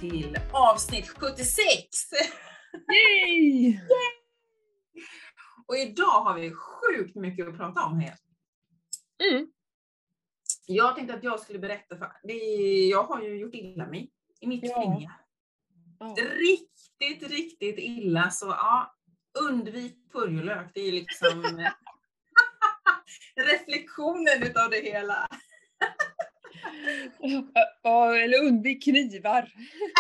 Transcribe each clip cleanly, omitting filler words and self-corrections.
till avsnitt 76! Yay! Och idag har vi sjukt mycket att prata om här. Jag tänkte att jag skulle berätta för jag har ju gjort illa mig i mitt finger. Riktigt illa. Så ja, undvik purjolök. Det är liksom reflektionen utav det hela. Ja, eller undvik knivar.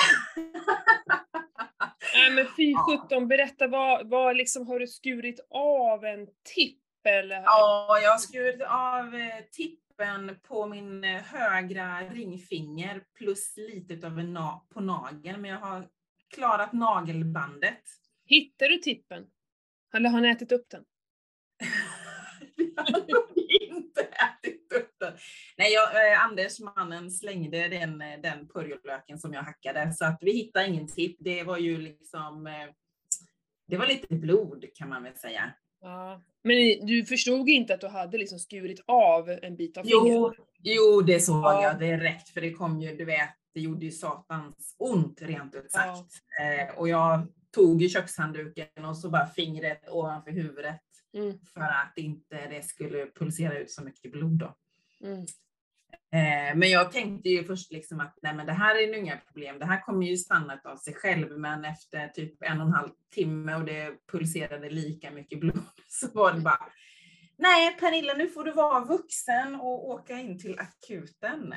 Nej men fy 17, berätta vad liksom har du skurit av en tipp eller? Ja, jag har skurit av tippen på min högra ringfinger plus lite av en på nageln, men jag har klarat nagelbandet. Hittar du tippen? Eller har ni ätit upp den? Jag har inte ätit upp den. Nej, Anders, mannen, slängde den purjolöken som jag hackade, så att vi hittade ingen tipp. Det var ju liksom, det var lite blod kan man väl säga. Ja. Men du förstod inte att du hade liksom skurit av en bit av fingret? Jo, det såg jag direkt, för det kom ju, du vet, det gjorde ju satans ont rent ut sagt. Och jag tog ju kökshandduken och så bara fingret ovanför huvudet för att inte det skulle pulsera ut så mycket blod då. Men jag tänkte ju först liksom att nej, men det här är ju inga problem. Det här kommer ju stanna av sig själv, men efter typ 1,5 timme och det pulserade lika mycket blod så var det bara, nej Pernilla, nu får du vara vuxen och åka in till akuten.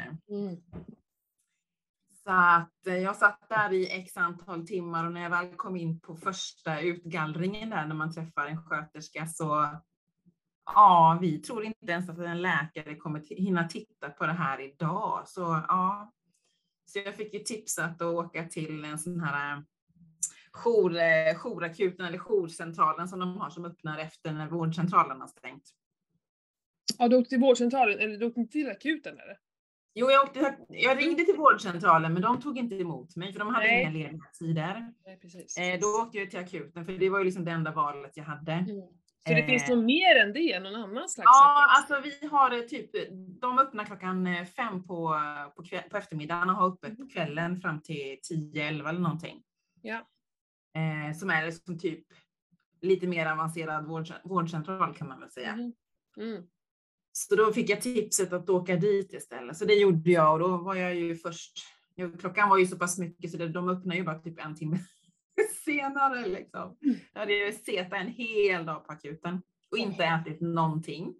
Så att jag satt där i x antal timmar, och när jag väl kom in på första utgallringen där när man träffar en sköterska, så ja, vi tror inte ens att en läkare kommer hinna titta på det här idag. Så ja, så jag fick ju tipsat att åka till en sån här jourakuten eller jourcentralen som de har, som öppnar efter när vårdcentralen har stängt. Ja, du åkte till vårdcentralen eller du åkte till akuten eller? Jo, jag ringde till vårdcentralen, men de tog inte emot mig för de hade inga lediga tider. Nej, precis. Då åkte jag till akuten, för det var ju liksom det enda valet jag hade. Så det finns nog mer än det, någon annan slags? Ja, alltså vi har typ, de öppnar klockan 5 på eftermiddagen och har öppet på kvällen fram till 10-11 eller någonting. Ja. Som är liksom typ lite mer avancerad vårdcentral kan man väl säga. Så då fick jag tipset att åka dit istället. Så det gjorde jag, och då var jag ju först, klockan var ju så pass mycket så de öppnar ju bara typ 1 timme senare liksom. Jag hade ju suttit en hel dag på akuten och inte ätit någonting.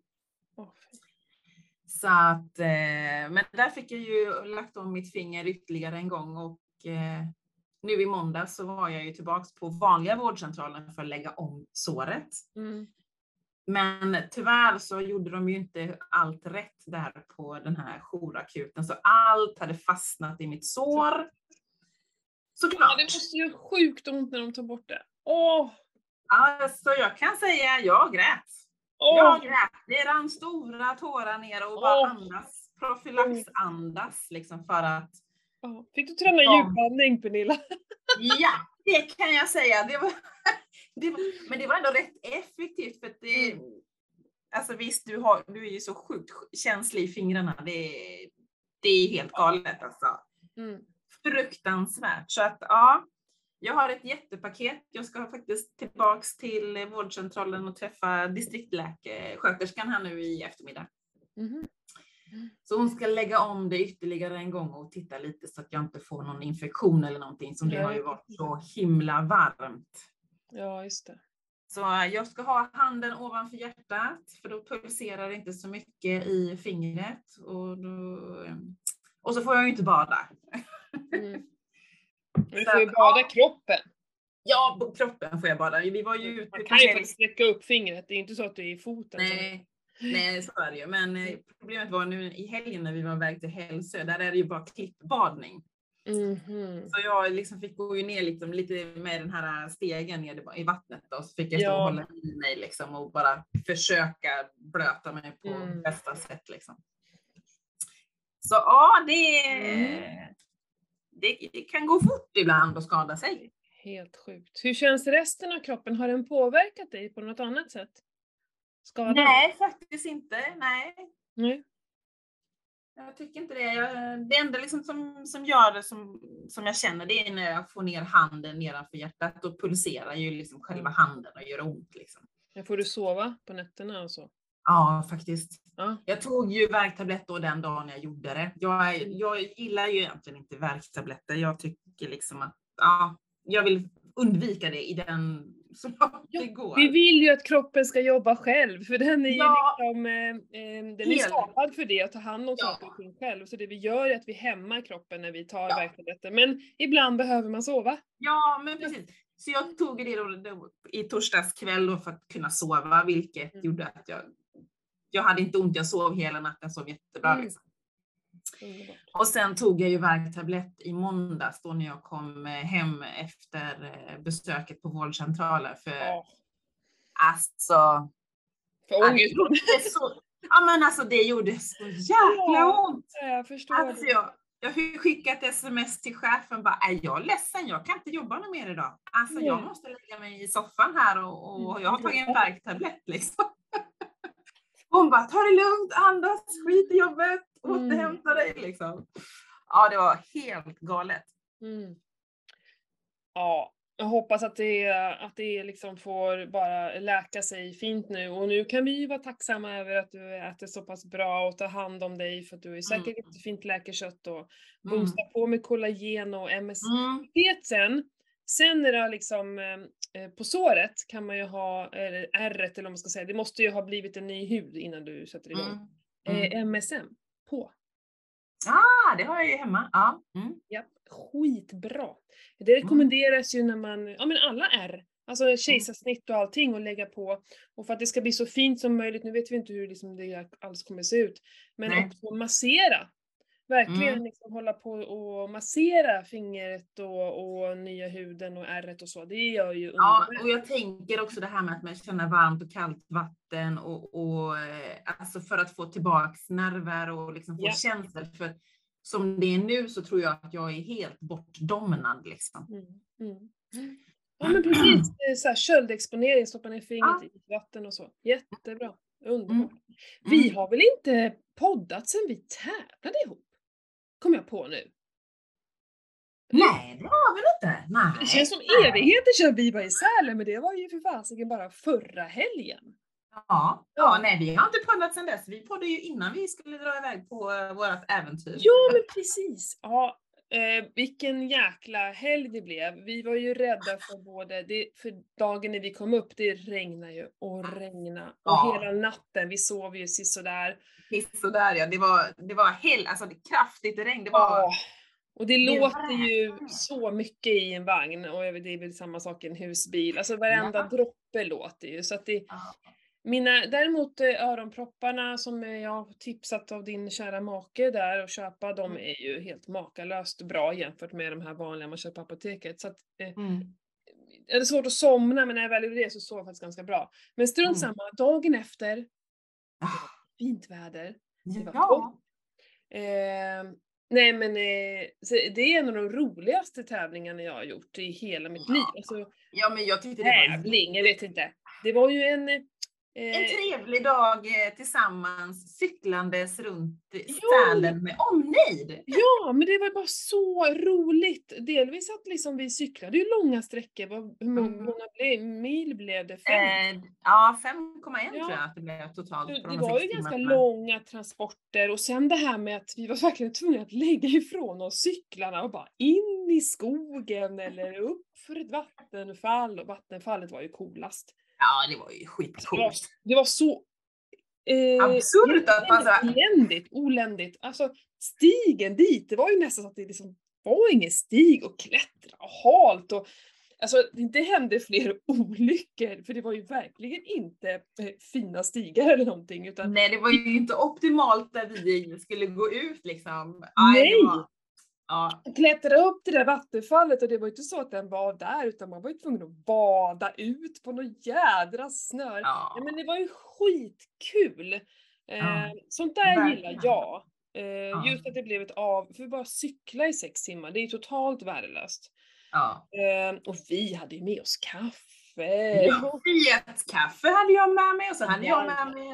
Så att, men där fick jag ju lagt om mitt finger ytterligare en gång, och nu i måndag så var jag ju tillbaks på vanliga vårdcentralen för att lägga om såret. Men tyvärr så gjorde de ju inte allt rätt där på den här jourakuten, så allt hade fastnat i mitt sår. Såklart. Ja, det måste ju sjukt ont när de tar bort det. Alltså jag kan säga, jag grät. Jag grät. Det rann stora tårar ner och bara andas. Profylaxandas liksom för att... Fick du träna djupandning, Pernilla? Ja, det kan jag säga. Men det var ändå rätt effektivt, för att det... Alltså visst, du är ju så sjukt känslig i fingrarna. Det är helt galet alltså. Fruktansvärt. Så att ja, jag har ett jättepaket. Jag ska faktiskt tillbaks till vårdcentralen och träffa distriktläkarsköterskan här nu i eftermiddag. Så hon ska lägga om det ytterligare en gång och titta lite så att jag inte får någon infektion eller någonting, som det har ju varit så himla varmt. Ja, just det. Så jag ska ha handen ovanför hjärtat, för då pulserar det inte så mycket i fingret, och så får jag ju inte bada. Du får ju bada kroppen. Ja, på kroppen får jag bada. Vi var ju ute. Man kan ju faktiskt sträcka upp fingret, det är inte så att det är i foten. Nej, så är det ju. Men problemet var nu i helgen när vi var väg till Hälsö, där är det ju bara klippbadning. Så jag liksom fick gå ner liksom, lite med den här stegen ner i vattnet då, så fick jag stå och hålla i mig liksom, och bara försöka blöta mig på bästa sätt liksom. Så ja, det kan gå fort ibland att skada sig. Helt sjukt. Hur känns resten av kroppen? Har den påverkat dig på något annat sätt? Nej, faktiskt inte. Nej. Jag tycker inte det. Det enda liksom som gör det som jag känner, det är när jag får ner handen nedanför hjärtat. Då pulserar ju liksom själva handen och gör ont liksom. Men får du sova på nätterna och så? Ja, faktiskt. Ja. Jag tog ju värktablett då den dagen jag gjorde det. Jag gillar ju egentligen inte värktabletter. Jag tycker liksom att jag vill undvika det i den så långt det går. Vi vill ju att kroppen ska jobba själv, för den är ju liksom, den är skapad för det, att ta hand om saker och ting själv. Så det vi gör är att vi hämmar kroppen när vi tar värktabletter. Men ibland behöver man sova. Ja, men precis. Så jag tog det då i torsdags kväll då för att kunna sova, vilket gjorde att jag hade inte ont, jag sov hela natten, sov jättebra liksom. Och sen tog jag ju värktablett i måndags då när jag kom hem efter besöket på vårdcentralen för alltså det gjorde så jäkla ont. Jag förstår alltså, jag har skickat sms till chefen bara, är jag ledsen, jag kan inte jobba något mer idag. Alltså jag måste lägga mig i soffan här och jag har tagit en värktablett liksom. Hon bara, ta det lugnt, andas, skit i jobbet, återhämta dig liksom. Ja, det var helt galet. Ja, jag hoppas att det liksom får bara läka sig fint nu. Och nu kan vi ju vara tacksamma över att du äter så pass bra och tar hand om dig, för att du är säkert jättefint läkekött och boostar på med kollagen och MS. Vet sen när det liksom på såret kan man ju ha ärret, eller vad man ska säga, det måste ju ha blivit en ny hud innan du sätter igång. MSM på. Det har jag ju hemma. Ja, skitbra. Det rekommenderas ju när man, men alla är, alltså kejsarsnitt och allting, och lägga på. Och för att det ska bli så fint som möjligt, nu vet vi inte hur liksom det alls kommer se ut, men också massera. Verkligen liksom hålla på och massera fingret och nya huden och ärret och så. Det gör ju underbart. Ja, och jag tänker också det här med att man känner varmt och kallt vatten och alltså för att få tillbaks nerver och liksom få känslor. För som det är nu så tror jag att jag är helt bortdomnad liksom. Ja, men precis. Så här, köldexponering, stoppa ner fingret i vatten och så. Jättebra. Underbart. Vi har väl inte poddat sen vi tävlade ihop? Kommer jag på nu. Nej, det har vi inte. Nej. Det känns som evigheter sedan vi var i Sälen, men det var ju för fasiken bara förra helgen. Nej, vi har inte poddat sedan dess. Vi poddade ju innan vi skulle dra iväg på vårat äventyr. Ja, men precis. Ja, vilken jäkla helg det blev. Vi var ju rädda för för dagen när vi kom upp, det regnade ju och regnade. Och hela natten, vi sov ju sisådär. Ja. Det var alltså det kraftigt regn. Det var... Och det låter ju så mycket i en vagn, och det är väl samma sak i en husbil. Alltså varenda droppe låter ju. Så att det... Däremot öronpropparna som jag har tipsat av din kära make där och köpa, de är ju helt makalöst bra jämfört med de här vanliga man köper på apoteket. Så att, det är svårt att somna, men när jag väl gjorde det så sov jag faktiskt ganska bra. Men strunt samma, dagen efter, fint väder, det var gott. Nej men det är en av de roligaste tävlingarna jag har gjort i hela mitt liv. Alltså, men jag tyckte det var tävling, jag vet inte. Det var ju en trevlig dag tillsammans, cyklandes runt Sälen med omnejd. Ja, men det var bara så roligt. Delvis att liksom vi cyklade ju långa sträckor. Hur många mil blev det? 5? 5,1 tror jag att det blev totalt. Det var ju ganska långa transporter, och sen det här med att vi var verkligen tvungna att lägga ifrån oss cyklarna och bara in i skogen eller upp för ett vattenfall. Och vattenfallet var ju coolast. Ja, det var ju skitcoolt. Det var så absurt att man oländigt. Alltså stigen dit, det var ju nästan så att det liksom var ingen stig och klättra och halt och alltså det hände fler olyckor, för det var ju verkligen inte fina stigar eller någonting, utan nej, det var ju inte optimalt där vi skulle gå ut liksom. Nej. Klättra upp till det där vattenfallet, och det var ju inte så att den var där, utan man var ju tvungen att bada ut på någon jädra snör. Ja, men det var ju skitkul. Sånt där gillar jag. Just att det blev för bara cykla i 6 timmar, det är totalt värdelöst. Och vi hade ju med oss kaffe. Kaffe hade jag med mig, och så hade jag med mig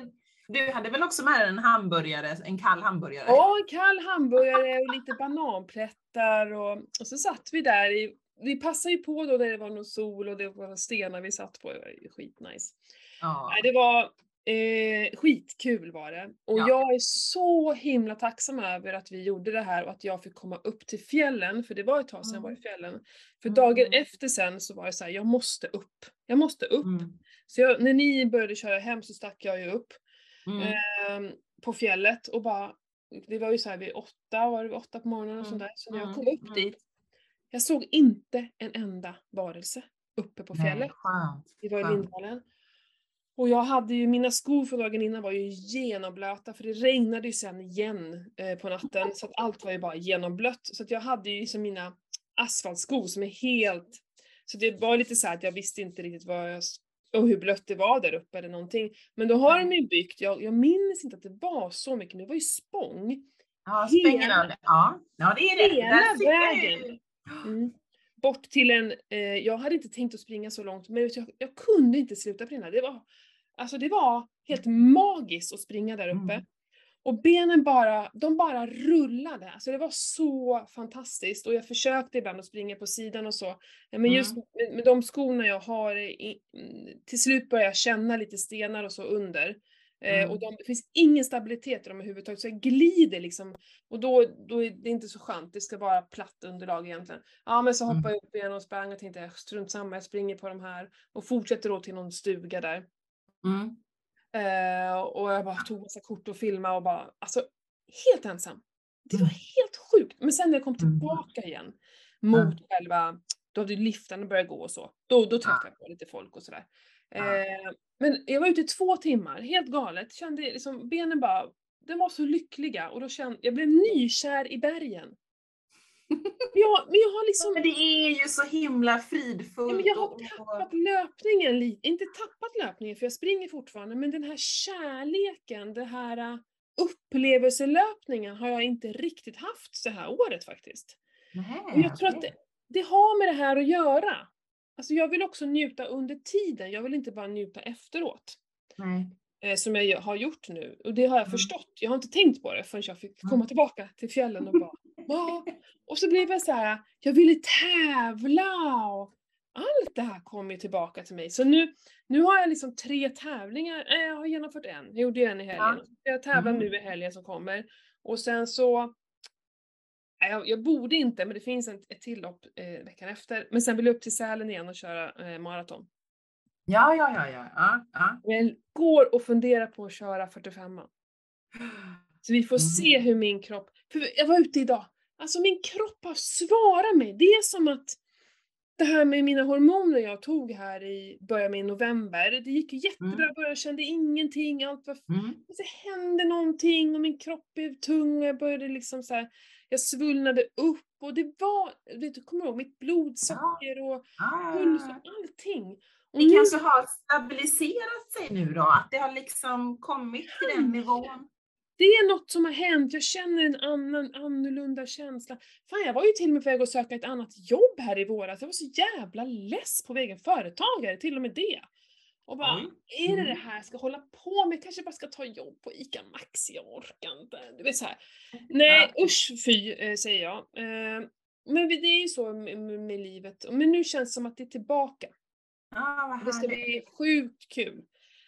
Du hade väl också med en hamburgare, en kall hamburgare? Ja, en kall hamburgare och lite bananplättar och så satt vi där vi passade ju på då när det var någon sol och det var stenar vi satt på, det var ju skitnice. Ja. Nej, det var skitkul var det. Och jag är så himla tacksam över att vi gjorde det här och att jag fick komma upp till fjällen, för det var ett tag sedan jag var i fjällen. För dagen efter sen så var jag så här, jag måste upp. Så när ni började köra hem så stack jag ju upp på fjället och bara, det var ju så här vid 8 på morgonen och sånt där. Så när jag kom upp dit, jag såg inte en enda varelse uppe på fjället. Det var i Lindvallen. Och jag hade ju, mina skor för dagen innan var ju genomblöta, för det regnade ju sen igen på natten. Så att allt var ju bara genomblött. Så att jag hade ju liksom mina asfaltskor som är helt... Så det var lite så här att jag visste inte riktigt och hur blött det var där uppe eller någonting. Men då har de ju byggt, jag minns inte att det var så mycket, det var ju spång. Ja, spängen. Ja, det är det. Hela vägen. Bort till jag hade inte tänkt att springa så långt, men jag kunde inte sluta springa. Det var helt magiskt att springa där uppe. Och benen bara rullade. Alltså det var så fantastiskt. Och jag försökte ibland att springa på sidan och så. Men just med de skorna jag har, till slut började jag känna lite stenar och så under. Och det finns ingen stabilitet i dem överhuvudtaget, så jag glider liksom. Och då är det inte så skönt, det ska vara platt underlag egentligen. Ja, men så hoppade jag upp igen och sprang och tänkte, strunt samma, jag springer på de här. Och fortsätter då till någon stuga där. Och jag bara tog massa kort och filmade och bara, alltså helt ensam. Det var helt sjukt. Men sen när jag kom tillbaka igen mot själva, då hade liftarna börjat gå och så. Då träffade jag på lite folk och sådär. Men jag var ute i 2 timmar, helt galet. Kände liksom, benen bara, de var så lyckliga. Och då jag blev nykär i bergen. Men jag har liksom... Men det är ju så himla fridfullt. Men jag har tappat löpningen lite. Inte tappat löpningen, för jag springer fortfarande. Men den här kärleken, den här upplevelselöpningen har jag inte riktigt haft så här året faktiskt. Och jag tror att det har med det här att göra. Alltså jag vill också njuta under tiden. Jag vill inte bara njuta efteråt. Som jag har gjort nu. Och det har jag förstått. Jag har inte tänkt på det förrän jag fick komma tillbaka till fjällen och bara... Och så blev jag så här, jag ville tävla och allt det här kom ju tillbaka till mig. Så nu har jag liksom 3 tävlingar. Jag har genomfört en. Jag gjorde en i helgen. Jag tävlar nu i helgen som kommer. Och sen så... Jag borde inte, men det finns ett till lopp veckan efter. Men sen vill jag upp till Sälen igen och köra maraton. Ja. Jag går och funderar på att köra 45. Så vi får se hur min kropp... För jag var ute idag. Alltså min kropp har svarat mig. Det är som att det här med mina hormoner jag tog här i början med november. Det gick ju jättebra. Jag kände ingenting. Allt var... Det hände någonting och min kropp blev tung. Jag började liksom så här... Jag svullnade upp och det var... Du kommer ihåg, mitt blodsocker och puls och allting. Och det kanske har stabiliserat sig nu då? Att det har liksom kommit till den nivån? Det är något som har hänt. Jag känner en annorlunda känsla. Fan, jag var ju till och med på väg att söka ett annat jobb här i våras. Jag var så jävla less på vägen. Företagare, till och med det. Och bara, är det här jag ska hålla på med? Kanske bara ska ta jobb på ICA Maxi. Jag orkar inte. Du vet så här. Nej, usch fy, säger jag. Men det är ju så med livet. Men nu känns det som att det är tillbaka. Det ska bli sjukt kul.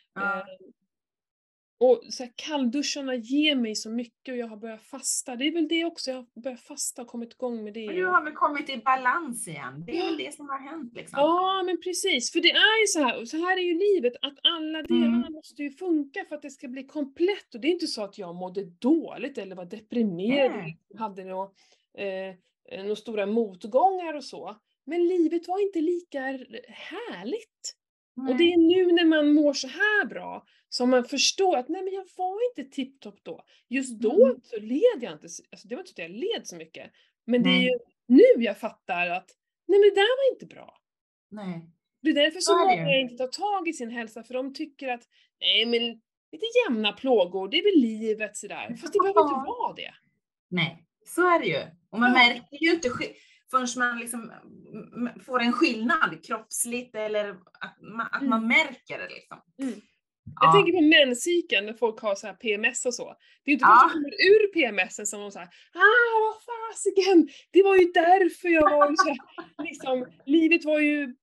Och så här, kallduscharna ger mig så mycket och jag har börjat fasta. Det är väl det också, jag har börjat fasta och kommit igång med det. Och du har väl kommit i balans igen? Det är väl det som har hänt liksom. Ja, men precis. För det är ju så här är ju livet, att alla delarna måste ju funka för att det ska bli komplett. Och det är inte så att jag mådde dåligt eller var deprimerad och hade några stora motgångar och så. Men livet var inte lika härligt. Och det är nu när man mår så här bra som man förstår att nej, men jag var inte tipptopp då. Just då så led jag inte, alltså det var inte så att jag led så mycket. Men det är ju nu jag fattar att nej, men det där var inte bra. Nej. Det är därför så många inte tar tag i sin hälsa, för de tycker att nej, men lite jämna plågor, det är väl livet sådär. Fast det behöver inte vara det. Nej, så är det ju. Och man märker ju inte förrän man liksom får en skillnad kroppsligt eller att man märker det liksom. Jag tänker på menscykeln när folk har så här PMS och så. Det är inte först att de kommer ur PMSen som de säger, vad fasiken, det var ju därför jag var ju så här, liksom, livet var ju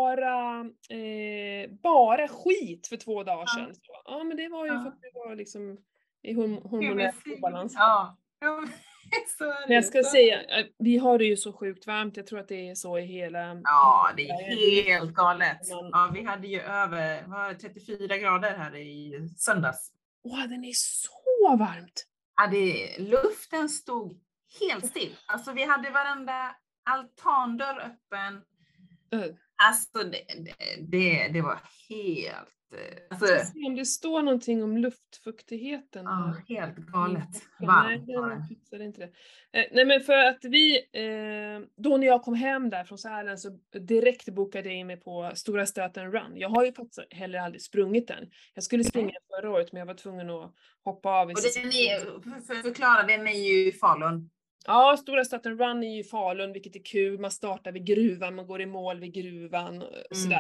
bara skit för 2 dagar sedan. Så, ja, men det var ju för att det var liksom i hormonell obalans. Ja. Men jag ska säga, vi har det ju så sjukt varmt, jag tror att det är så i hela... Ja, det är helt galet. Ja, vi hade ju över 34 grader här i söndags. Den är så varmt! Ja, luften stod helt still. Alltså vi hade varenda altandörr öppen. Alltså det var helt... Alltså, jag ska se om det står någonting om luftfuktigheten. Ja, helt galet varmt. Nej, jag fixade inte det. Nej, men för att vi, då när jag kom hem där från Sälen så direkt bokade jag in mig på Stora Stöten Run. Jag har ju faktiskt heller aldrig sprungit den. Jag skulle springa förra året, men jag var tvungen att hoppa av. Och för att förklara, den är ju i Falun. Ja, Stora Stöten Run är ju i Falun, vilket är kul. Man startar vid gruvan, man går i mål vid gruvan och sådär.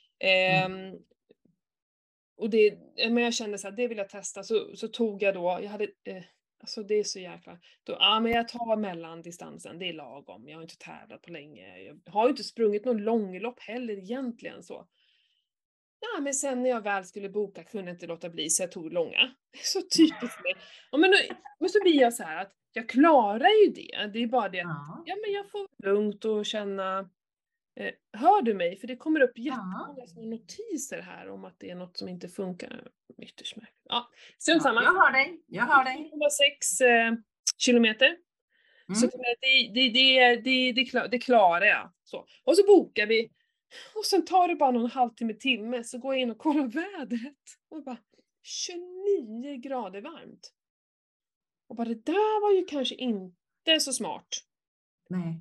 Och men jag kände så här, det vill jag testa, så tog jag då, jag hade, alltså det är så jäkla, men jag tar mellandistansen, det är lagom, jag har inte tävlat på länge, jag har ju inte sprungit någon långlopp heller egentligen så. Ja, men sen när jag väl skulle boka kunde jag inte låta bli, så jag tog långa. Så typiskt mig. Men så blir jag så här att jag klarar ju det är bara det att, men jag får lugnt och känna. Hör du mig? För det kommer upp jättemånga små notiser här om att det är något som inte funkar. Ytterst märkligt. Ja, sen samma. Jag hör dig. 6 kilometer. Så det klarar jag. Så. Och så bokar vi. Och sen tar det bara någon halvtimme, timme, så går jag in och kollar vädret. Och bara 29 grader varmt. Och bara det där var ju kanske inte så smart. Nej.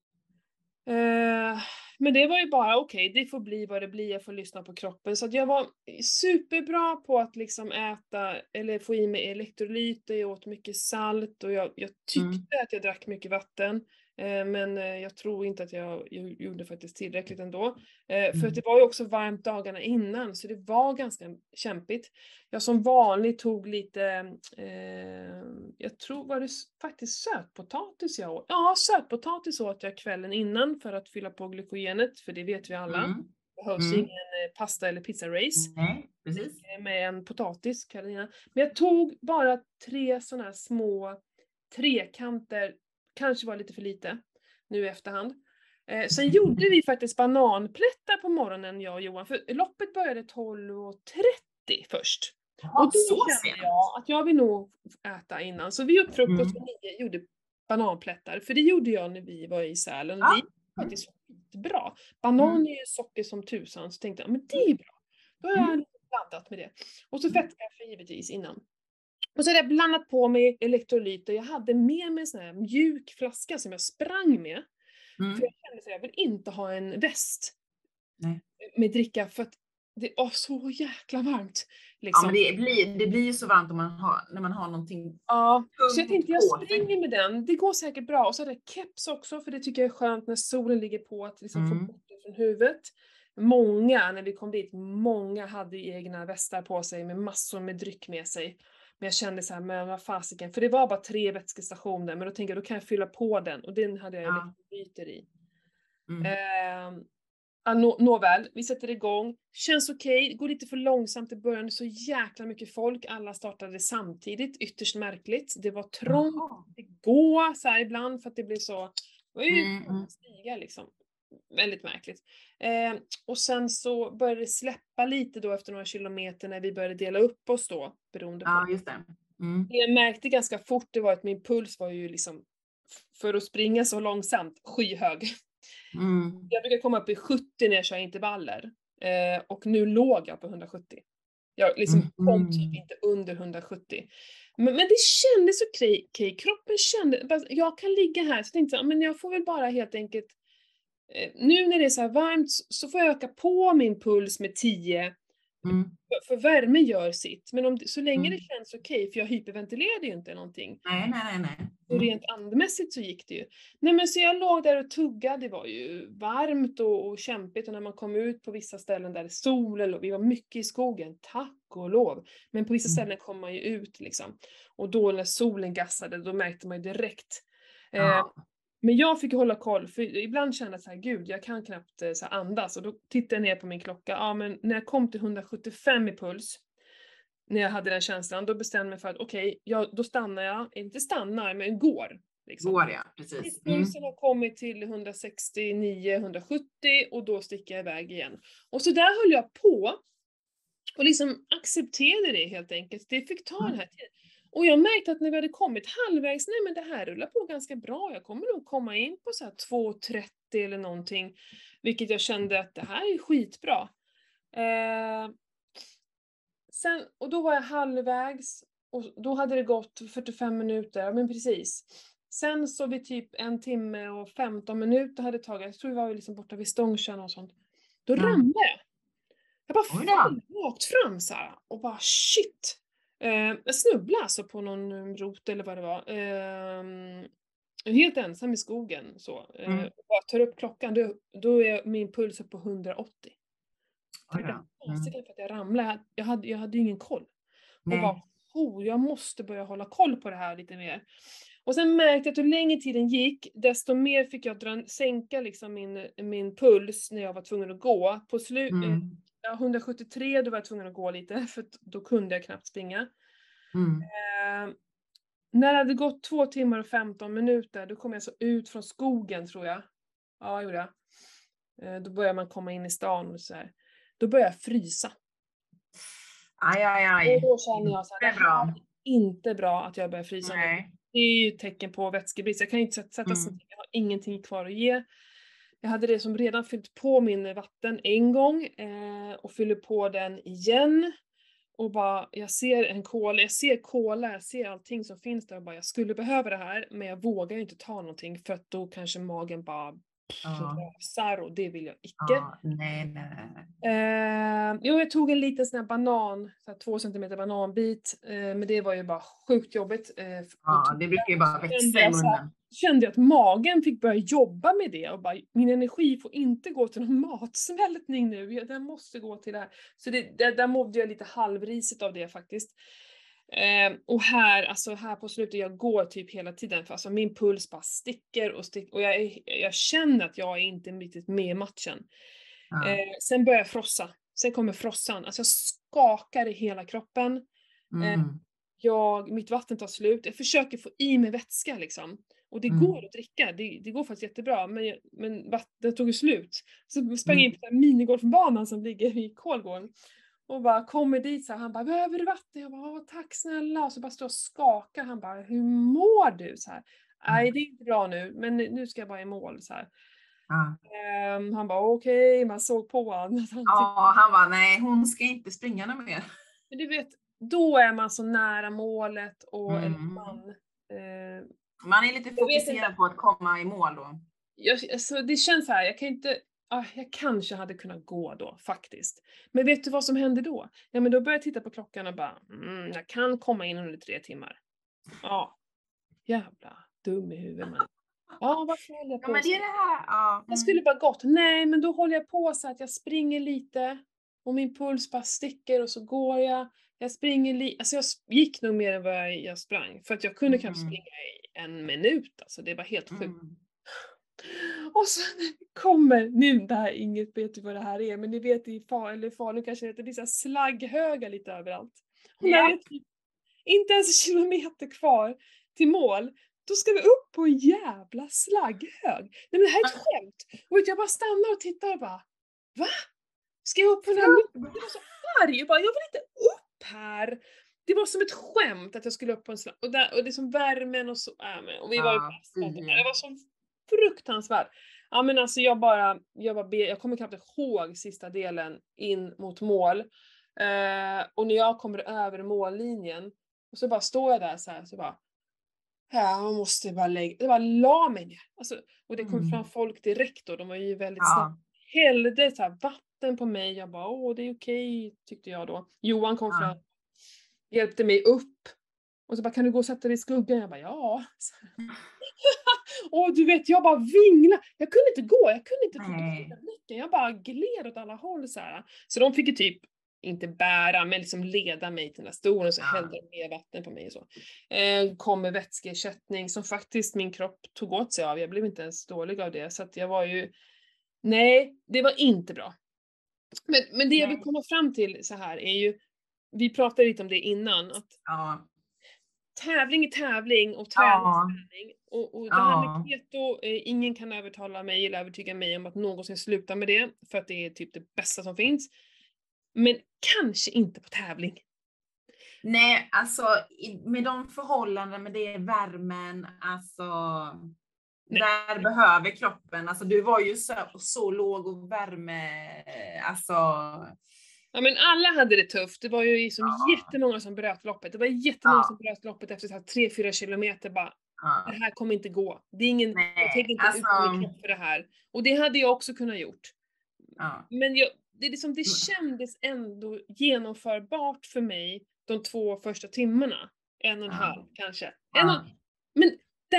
Men det var ju bara okej, det får bli vad det blir, jag får lyssna på kroppen. Så att jag var superbra på att liksom äta eller få i mig elektrolyter, jag åt mycket salt och jag tyckte att jag drack mycket vatten. Men jag tror inte att jag gjorde faktiskt tillräckligt ändå. För att det var ju också varmt dagarna innan, så det var ganska kämpigt. Jag som vanligt tog lite, jag tror var det faktiskt sötpotatis jag åt. Ja, sötpotatis åt jag kvällen innan för att fylla på glykogenet, för det vet vi alla. Det behövs ingen pasta eller pizza-race. Nej, precis. Med en potatis, Karolina. Men jag tog bara 3 sådana här små trekanter. Kanske var lite för lite nu i efterhand. Sen gjorde vi faktiskt bananplättar på morgonen, jag och Johan. För loppet började 12:30 först. Och då kände jag att jag vill nog äta innan. Så vi gjorde frukost och 9 gjorde bananplättar. För det gjorde jag när vi var i Sälen. Och det är faktiskt bra. Banan är ju socker som tusan. Så tänkte jag, men det är bra. Då har jag blandat med det. Och så fettkaffe givetvis innan. Och så hade jag blandat på med elektrolyter. Jag hade med mig en sån här mjuk flaska som jag sprang med. För jag kände att jag vill inte ha en väst med dricka. För att det är så jäkla varmt. Liksom. Ja, men det blir ju så varmt när man har någonting. Ja, så jag tänkte jag springer med den. Det går säkert bra. Och så hade jag keps också. För det tycker jag är skönt när solen ligger på. Att liksom få bort det från huvudet. Många, när vi kom dit, många hade egna västar på sig med massor med dryck med sig. Men jag kände så här, men vad fasiken, för det var bara 3 vätskestationer, men då tänkte jag, då kan jag fylla på den, och den hade jag elektrolyter i. Nåväl, vi sätter igång, känns okej, går lite för långsamt i början, så jäkla mycket folk, alla startade samtidigt, ytterst märkligt, det var trångt, det går så här ibland, för att det blev så, det var ju stiga liksom. Väldigt märkligt. Och sen så började det släppa lite då efter några kilometer när vi började dela upp oss då. Beroende på. Ja, just det. Det jag märkte ganska fort, det var att min puls var ju liksom, för att springa så långsamt, skyhög. Jag brukar komma upp i 70 när jag kör intervaller. Och nu låg jag på 170. Jag liksom kom typ inte under 170. Men det kändes okej. Kroppen kände, jag kan ligga här, så tänkte jag, men jag får väl bara helt enkelt. Nu när det är så här varmt så får jag öka på min puls med 10 För värme gör sitt. Men så länge det känns okej, för jag hyperventilerade ju inte någonting. Nej. Och rent andmässigt så gick det ju. Nej men så jag låg där och tuggade, det var ju varmt och kämpigt. Och när man kom ut på vissa ställen där det solen, och vi var mycket i skogen, tack och lov. Men på vissa ställen kom man ju ut liksom. Och då när solen gassade, då märkte man ju direkt. Men jag fick hålla koll, för ibland kände jag så här, gud, jag kan knappt så här andas. Och då tittade jag ner på min klocka. Ja, men när jag kom till 175 i puls, när jag hade den känslan, då bestämde jag mig för att okej, då stannar jag. Inte stannar, men går. Liksom. Går, ja, precis. Pulsen har kommit till 169-170 och då sticker jag iväg igen. Och så där höll jag på. Och liksom accepterade det helt enkelt. Det fick ta den här tiden. Och jag märkte att när vi hade kommit halvvägs, nej men det här rullar på ganska bra. Jag kommer nog komma in på så här 2.30 eller någonting. Vilket jag kände att det här är skitbra. Och då var jag halvvägs. Och då hade det gått 45 minuter, men precis. Sen så vid typ 1 timme och 15 minuter hade tagit, jag tror vi var liksom borta vid Stångkärn och sånt. Då ramlade jag. Jag bara föll rakt fram så här. Och bara shit. Jag snubblade alltså på någon rot eller vad det var. Helt ensam i skogen så. Och bara tar upp klockan, då är min puls upp på 180. För att jag ramlade. Jag hade ju ingen koll. Och bara, jag måste börja hålla koll på det här lite mer. Och sen märkte jag att hur längre tiden gick, desto mer fick jag sänka liksom min puls när jag var tvungen att gå. På 173 då var jag tvungen att gå lite, för då kunde jag knappt springa. När det hade gått 2 timmar och 15 minuter, då kom jag så ut från skogen, tror jag. Ja, gjorde jag. Då började man komma in i stan och så här. Då började jag frysa. Aj. Och då känner jag så här, det här är inte bra att jag börjar frysa. Det är ju ett tecken på vätskebrist. Jag kan ju inte sätta sig, jag har ingenting kvar att ge. Jag hade det som redan fyllt på min vatten en gång och fyller på den igen. Och bara, jag ser kola, jag ser allting som finns där och bara, jag skulle behöva det här, men jag vågar ju inte ta någonting för att då kanske magen bara rasar och det vill jag icke. Nej. Jag tog en liten sån här banan, så här 2 centimeter bananbit, men det var ju bara sjukt jobbigt. Det brukar ju bara växa i munnen. Kände jag att magen fick börja jobba med det och bara, min energi får inte gå till någon matsmältning nu, den måste gå till det här. Så där mådde jag lite halvrisigt av det faktiskt. Och här på slutet, jag går typ hela tiden, för alltså min puls bara sticker och jag känner att jag är inte riktigt med i matchen. Sen börjar jag frossa, sen kommer frossan, alltså jag skakar i hela kroppen. Mitt vatten tar slut, jag försöker få i mig vätska liksom. Och det går att dricka, det går faktiskt jättebra, men vattnet tog ju slut. Så sprang jag in på den minigolfbanan som ligger i Kolgården. Och bara kommer dit så här, han bara, behöver du vatten? Jag bara, tack snälla. Och så bara står och skakar, han bara, hur mår du? Så här, nej det är inte bra nu, men nu ska jag bara i mål så här. Han bara, okej, man såg på honom. Han bara, nej hon ska inte springa något mer. Men du vet, då är man så nära målet och man är lite fokuserad på att komma i mål då. Alltså, det känns så här, jag kanske hade kunnat gå då, faktiskt. Men vet du vad som hände då? Ja, men då började jag titta på klockan och bara, jag kan komma in under 3 timmar. Ja, jävla dum i huvudet man. Varför håller jag på? Ja, men det är det här. Jag skulle bara gått. Nej, men då håller jag på så att jag springer lite. Och min puls bara sticker och så går jag. Jag springer lite. Alltså jag gick nog mer än vad jag sprang. För att jag kunde kanske springa i 1 minut. Alltså det var helt sjukt. Och så kommer, nu det här, inget vet vad det här är, men ni vet i Falun kanske det är så här slagghögar lite överallt. Och när det är typ inte ens 1 kilometer kvar till mål, då ska vi upp på en jävla slagghög. Nej men det här är ett skämt. Och jag bara stannar och tittar och bara, va? Ska jag upp på den här? Jag var så arg, jag vill inte upp här. Det var som ett skämt att jag skulle upp på en slagg. Och det är som värmen och så, och vi var ju det var så fruktansvärt. Ja men alltså jag kommer knappt ihåg sista delen in mot mål. Och när jag kommer över mållinjen och så bara står jag där så här, så bara, man måste bara det bara la mig ner. Alltså, och det kom fram folk direkt då, de var ju väldigt snabbt. Hällde så här vatten vatten på mig. Jag bara, det är okej, tyckte jag då. Johan kom fram, hjälpte mig upp. Och så bara, kan du gå och sätta dig i skuggan? Jag bara, ja. Och du vet, jag bara vingla. Jag kunde inte gå, jag kunde inte fokusera blicken. Jag bara gled åt alla håll så här. Så de fick ju typ, inte bära, men liksom leda mig till den där stolen och så hällde de mer vatten på mig och så. Kom med vätskeersättning som faktiskt min kropp tog åt sig av. Jag blev inte ens dålig av det. Så att jag var ju, nej, det var inte bra. Men det jag vill komma fram till så här är ju, vi pratade lite om det innan, att tävling är tävling och träning är träning. Och det här med keto, ingen kan övertala mig eller övertyga mig om att någonsin sluta med det, för att det är typ det bästa som finns. Men kanske inte på tävling. Nej, alltså med de förhållanden, med det värmen, alltså där behöver kroppen, alltså du var ju så låg och värme, alltså. Ja, men alla hade det tufft. Det var ju jättemånga som bröt loppet. Det var jättemånga som bröt loppet efter så här 3-4 kilometer bara. Det här kommer inte gå. Det är ingen, jag tänker inte ut min kropp för det här. Och det hade jag också kunnat gjort. Men det kändes ändå genomförbart för mig de 2 första timmarna. 1,5 kanske. Men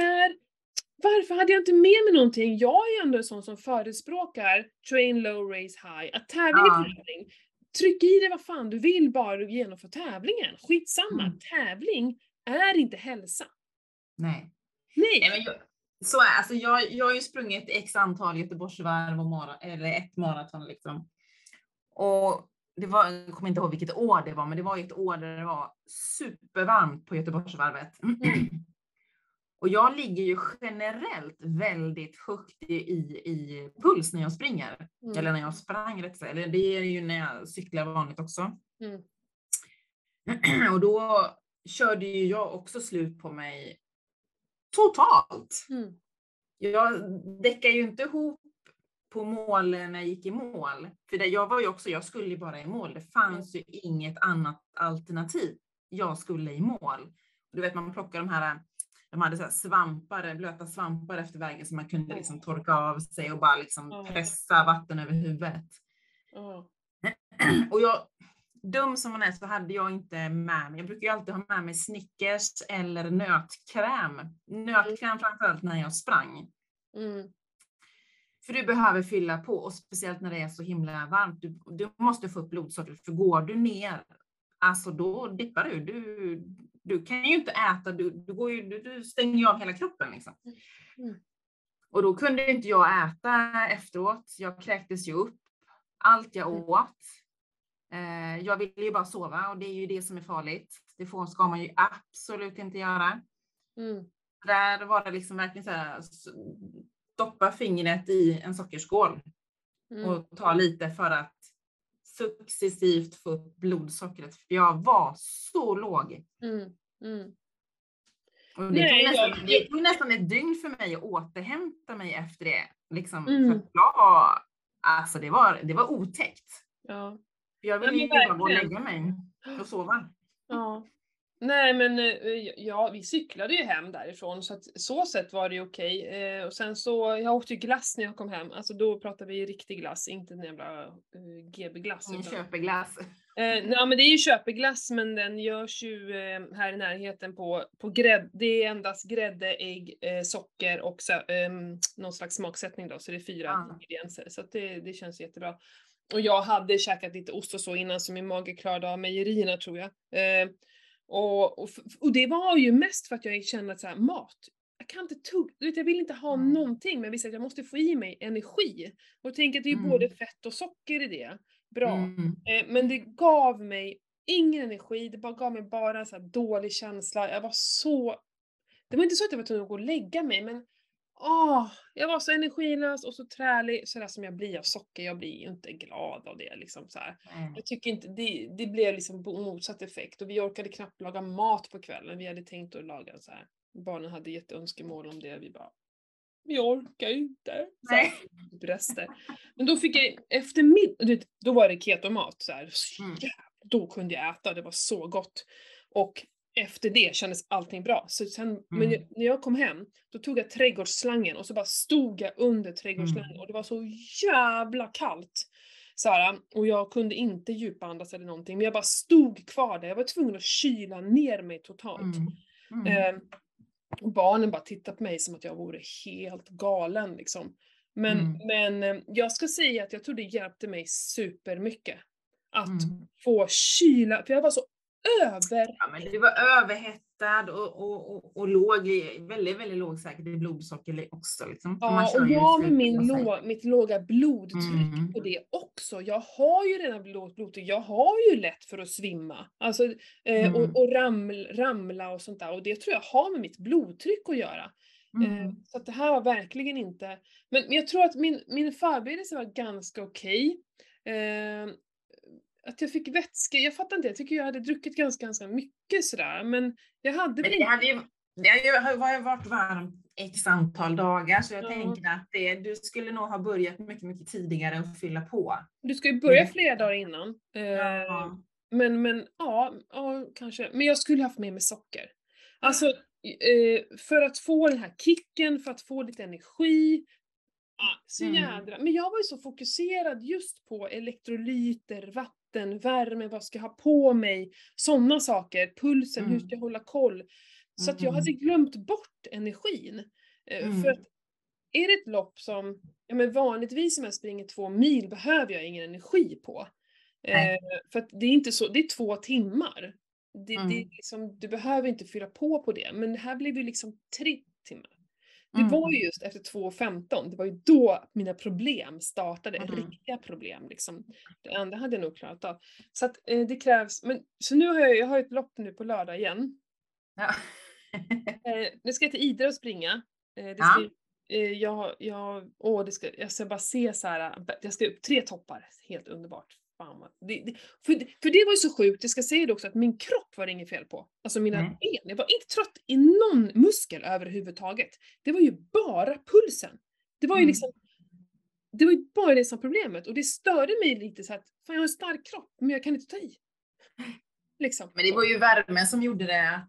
varför hade jag inte med mig någonting? Jag är ändå en sån som förespråkar train low, race high. Att tävling är tävling. Tryck i dig vad fan du vill, bara genomföra tävlingen. Skitsamma. Tävling är inte hälsa. Nej. Men jag har ju sprungit x antal Göteborgsvarv eller ett maraton liksom. Och jag kommer inte ihåg vilket år det var, men det var ett år där det var supervarmt på Göteborgsvarvet. Och jag ligger ju generellt väldigt högt i puls när jag springer. Eller när jag sprang rätt. Eller det är ju när jag cyklar vanligt också. Och då körde ju jag också slut på mig totalt. Jag däckar ju inte ihop på mål när jag gick i mål. För jag skulle ju bara i mål. Det fanns ju inget annat alternativ. Jag skulle i mål. Du vet, man plockar de hade så här svampar, blöta svampar efter vägen som man kunde liksom torka av sig och bara liksom pressa vatten över huvudet. Och dum som man är, så hade jag inte med mig. Jag brukar ju alltid ha med mig Snickers eller nötkräm. Nötkräm framförallt när jag sprang. För du behöver fylla på, och speciellt när det är så himla varmt. Du måste få upp blodsockret, för går du ner, alltså då dippar du. Du kan ju inte äta, du stänger ju av hela kroppen liksom. Och då kunde inte jag äta efteråt. Jag kräktes ju upp allt jag åt. Jag ville ju bara sova, och det är ju det som är farligt. Det ska man ju absolut inte göra. Där var det liksom verkligen så här, stoppa fingret i en sockerskål och ta lite för att successivt få upp blodsockret. För jag var så låg. Och det tog nästan ett dygn för mig att återhämta mig efter det. Liksom, för alltså det var otäckt. Jag ville ju bara gå och lägga mig och sova. Nej, men vi cyklade ju hem därifrån, så att så sätt var det ju okej. Och sen så, jag åkte ju glass när jag kom hem. Alltså då pratar vi riktig glass, inte en jävla GB-glass. Köpeglass. Nej, men det är ju köpeglass, men den görs ju här i närheten på grädde. Det är endast grädde, ägg, socker och någon slags smaksättning då, så det är 4 ingredienser. Så att det känns jättebra. Och jag hade käkat lite ost och så innan, så min mage klarade av mejerierna, tror jag. Och det var ju mest för att jag kände att så här, mat, jag kan inte jag vill inte ha någonting, men visst att jag måste få i mig energi. Och jag tänker att det är ju både fett och socker i det. Bra. Men det gav mig ingen energi, det bara gav mig bara så här dålig känsla. Det var inte så att jag var tvungen att gå och lägga mig, men jag var så energilös och så trälig, sådär som jag blir av socker. Jag blir ju inte glad av det liksom så här. Jag tycker inte, det blev liksom motsatt effekt, och vi orkade knappt laga mat på kvällen. Vi hade tänkt att laga så här. Barnen hade gett önskemål om det, vi orkar ju inte. Bröster. Men då fick jag då var det ketomat så här. Då kunde jag äta, det var så gott. Och efter det kändes allting bra. Så sen, men när jag kom hem, då tog jag trädgårdsslangen och så bara stod jag under trädgårdsslangen och det var så jävla kallt. Sara, och jag kunde inte djupandas eller någonting, men jag bara stod kvar där. Jag var tvungen att kyla ner mig totalt. Och barnen bara tittade på mig som att jag vore helt galen liksom. Men jag ska säga att jag tror det hjälpte mig supermycket. Att få kyla, för jag var så Ja, men du var överhettad och låg väldigt, väldigt låg säkert i blodsocker också. Liksom. Ja, och jag med mitt låga blodtryck på det också. Jag har ju redan blodtryck, jag har ju lätt för att svimma. Alltså, och ramla och sånt där. Och det tror jag har med mitt blodtryck att göra. Så att det här var verkligen inte... Men jag tror att min förberedelse var ganska okej. Att jag fick vätska, jag fattar inte, jag tycker jag hade druckit ganska mycket sådär, men jag hade... Men det hade ju varit varmt x antal dagar, så jag tänker att du skulle nog ha börjat mycket, mycket tidigare att fylla på. Du ska ju börja flera dagar innan. Men ja, kanske. Men jag skulle haft med mig socker. Alltså, för att få den här kicken, för att få lite energi. Så jädra. Men jag var ju så fokuserad just på elektrolyter, vatten, värme, vad ska jag ha på mig, sådana saker, pulsen, hur ska jag hålla koll. Så att jag hade glömt bort energin. För att är det ett lopp som, ja men vanligtvis om jag springer 2 mil behöver jag ingen energi på. För att det är inte så, det är 2 timmar. Det är liksom, du behöver inte fylla på det. Men det här blev ju liksom 3 timmar. Det var ju just efter 2.15, det var ju då mina problem startade, riktiga problem liksom. Det andra hade jag nog klarat av. Så att det krävs, men så nu har jag har ett lopp nu på lördag igen. Ja. Nu ska jag till Idre och springa. Jag ska bara se så här, jag ska upp 3 toppar, helt underbart. För det var ju så sjukt, jag ska säga det också, att min kropp var det inget fel på. Alltså mina ben, jag var inte trött i någon muskel överhuvudtaget. Det var ju bara pulsen. Det var ju liksom, det var ju bara det som problemet. Och det störde mig lite så att, fan jag har en stark kropp, men jag kan inte ta i. Liksom. Men det var ju värmen som gjorde det, att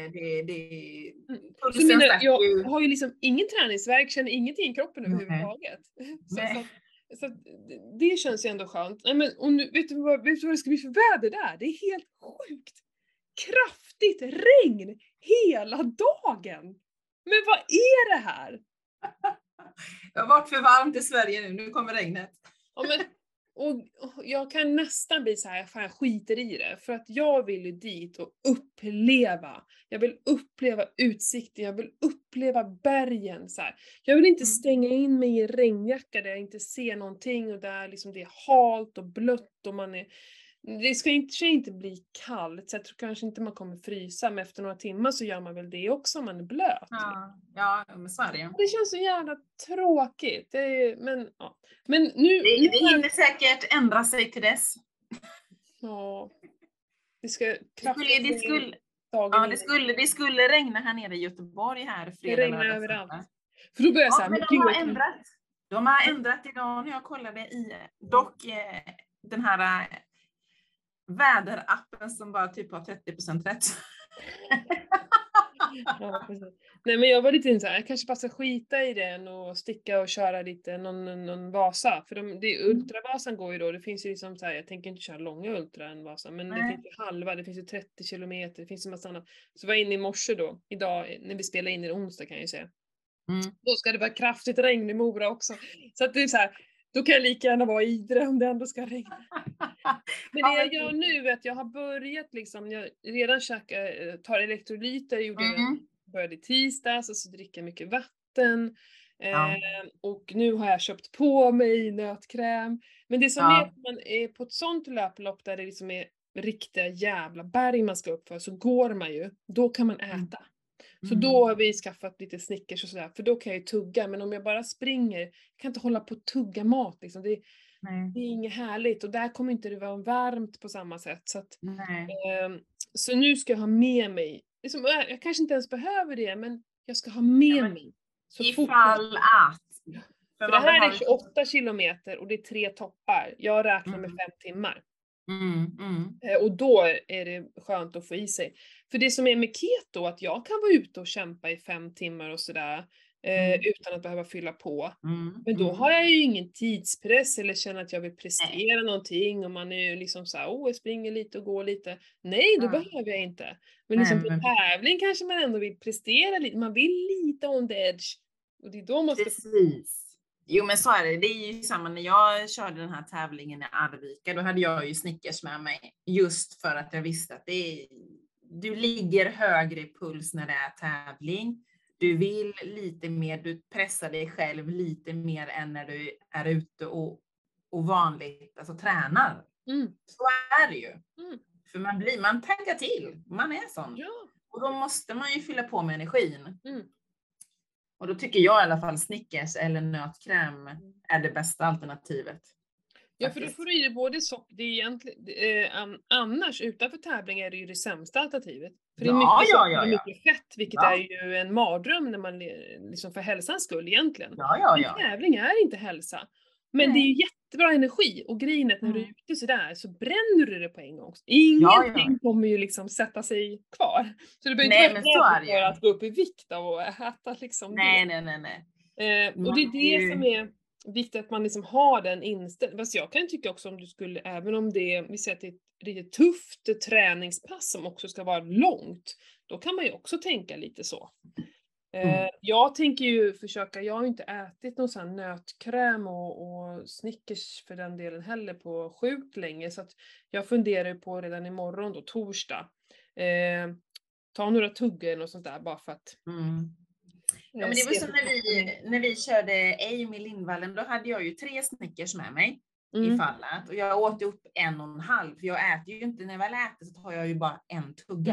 jag har ju liksom ingen träningsvärk, känner ingenting i kroppen överhuvudtaget. Så det känns ju ändå skönt. Nej, men, och nu, vet du vad det ska bli för väder där? Det är helt sjukt. Kraftigt regn hela dagen. Men vad är det här? Det har varit för varmt i Sverige nu kommer regnet. Ja, men, och jag kan nästan bli så här, fan jag skiter i det. För att jag vill ju dit och uppleva. Jag vill uppleva utsikten, jag vill uppleva bergen så här. Jag vill inte stänga in mig i en regnjacka där jag inte ser någonting och där liksom det är halt och blött och det ska inte bli kallt, så jag tror kanske inte man kommer frysa, men efter några timmar så gör man väl det också om man är blöt. Ja, men så är det ju. Det känns så jävla tråkigt. Men nu... Det hinner säkert ändra sig till dess. Ja. Det skulle regna här nere i Göteborg här fredag. Det regnar överallt. För då börjar jag säga, men de har ändrat idag när jag kollade i den här väderappen som bara typ har 30% rätt. Ja, precis. Nej, men jag var lite så här, jag kanske bara ska skita i den och sticka och köra lite någon Vasa. För Ultravasan går ju då, det finns ju liksom så här, jag tänker inte köra långa ultra än Vasa, men det finns ju halva, det finns ju 30 kilometer, det finns ju massa annat. Så var jag inne i morse då, idag, när vi spelar in i onsdag kan jag ju säga. Då ska det vara kraftigt regn i Mora också. Så att det är så här, då kan jag lika gärna vara i Idre om det ändå ska regna. Men det jag gör nu är att jag har börjat liksom, jag redan tar elektrolyter, började i tisdags och så dricker jag mycket vatten. Och nu har jag köpt på mig nötkräm. Men det som är att man är på ett sånt löplopp där det liksom är riktiga jävla berg man ska upp för, så går man ju, då kan man äta. Så då har vi skaffat lite Snickers och sådär, för då kan jag ju tugga. Men om jag bara springer, jag kan inte hålla på att tugga mat liksom. Det är inget härligt. Och där kommer inte det vara varmt på samma sätt. Så, så nu ska jag ha med mig, liksom, jag kanske inte ens behöver det, men jag ska ha med mig. Så ifall att. För det här är 28 kilometer och det är 3 toppar. Jag räknar med 5 timmar. Och då är det skönt att få i sig. För det som är med keto, att jag kan vara ute och kämpa i 5 timmar och sådär. utan att behöva fylla på. Men då har jag ju ingen tidspress eller känner att jag vill prestera någonting och man är ju liksom så här, jag springer lite och går lite. Nej, då behöver jag inte. Men liksom på tävling kanske man ändå vill prestera lite, man vill lite on the edge. Och det är då man ska... Precis. Jo, men så är det. Det är ju samma när jag körde den här tävlingen i Arvika. Då hade jag ju Snickers med mig. Just för att jag visste att du ligger högre i puls när det är tävling. Du vill lite mer, du pressar dig själv lite mer än när du är ute och vanligt, alltså tränar. Så är det ju. För man taggar till, man är sån. Ja. Och då måste man ju fylla på med energin. Och då tycker jag i alla fall Snickers eller nötkräm är det bästa alternativet. Ja, för då får du i dig både socker, det är egentligen, annars utanför tävling är det ju det sämsta alternativet. För det är mycket socker och mycket fett, vilket är ju en mardröm när man liksom för hälsans skull egentligen. Men tävling är inte hälsa. Men det är ju jättebra energi, och grejen är att när du är ute sådär så bränner du det på en gång. Ingenting kommer ju liksom sätta sig kvar. Så du behöver inte vara rädd för att gå upp i vikt och äta liksom nej. Och det är det som är viktigt, att man liksom har den inställningen. Fast jag kan tycka också, om du skulle, även om vi säger att det är ett riktigt tufft träningspass som också ska vara långt, då kan man ju också tänka lite så. Jag tänker ju försöka, jag har ju inte ätit någon sån här nötkräm och Snickers för den delen heller på sjukt länge, så att jag funderar på redan imorgon då, torsdag, ta några tuggor och sånt där bara för att ja, men det var som när vi körde Amy Lindvallen, då hade jag ju 3 Snickers med mig i fallet, och jag åt upp 1,5, för jag äter ju inte, när jag väl äter så tar jag ju bara en tugga.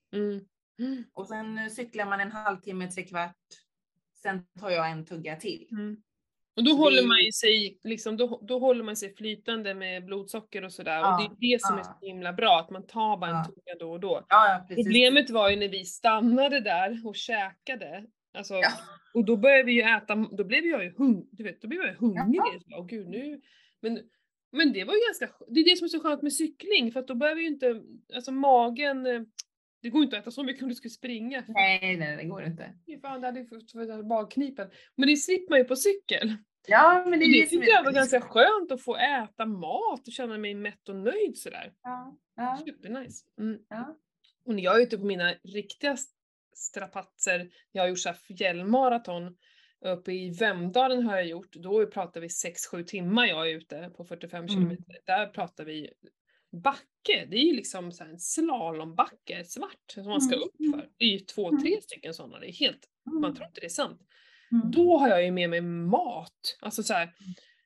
Och sen cyklar man en halvtimme, 3/4. Sen tar jag en tugga till. Och då håller man ju sig liksom, då håller man sig flytande med blodsocker och sådär. Och det är det som är så himla bra, att man tar bara en tugga då och då. Problemet var ju när vi stannade där och käkade. Alltså, och då började vi ju äta, då blev jag ju hungrig. Och gud, nu. Men det var ju det är det som är så skönt med cykling, för att då behöver vi ju inte, alltså magen, det går inte att äta så mycket om du ska springa. Nej, det går inte. Fan, det hade ju fått magknipen. Men det slipper man ju på cykel. Ja, men det tyckte jag var ganska skönt att få äta mat och känna mig mätt och nöjd sådär. Supernice. Och när jag är ute på mina riktiga strapatser, jag har gjort så här fjällmaraton uppe i Vemdalen har jag gjort, då pratar vi 6-7 timmar jag är ute på 45 kilometer. Där pratar vi backe, det är ju liksom så här en slalombacke, svart, som man ska upp för. Det är ju 2-3 stycken sådana, det är helt, man tror inte det är sant. Då har jag ju med mig mat, alltså så här,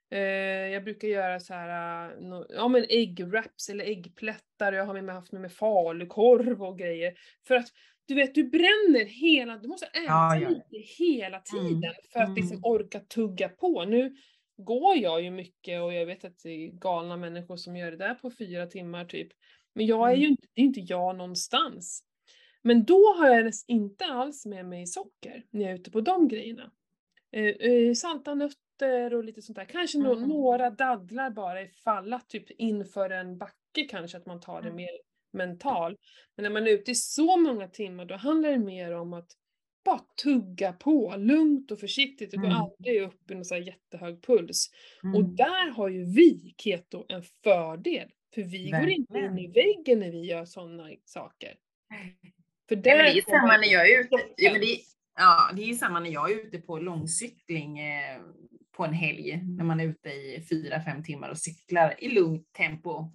jag brukar göra så här, men äggwraps eller äggplättar, jag har haft med mig falukorv och grejer, för att du vet, du bränner du måste äta lite hela tiden för att liksom orka tugga på. Nu går jag ju mycket, och jag vet att det är galna människor som gör det där på 4 timmar typ. Men jag är ju inte, det är inte jag någonstans. Men då har jag inte alls med mig socker när jag är ute på de grejerna. Salta nötter och lite sånt där. Kanske några dadlar bara ifall att typ inför en backe kanske att man tar det mer mental. Men när man är ute i så många timmar, då handlar det mer om att bara tugga på, lugnt och försiktigt. Det går aldrig upp i någon så här jättehög puls. Och där har ju vi keto en fördel. För vi går inte in i väggen när vi gör sådana saker. För det är ju samma när jag är ute. Det är ju samma när jag är ute på långcykling på en helg. När man är ute i 4-5 timmar och cyklar i lugnt tempo.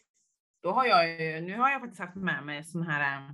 Då har nu har jag faktiskt haft med mig sån här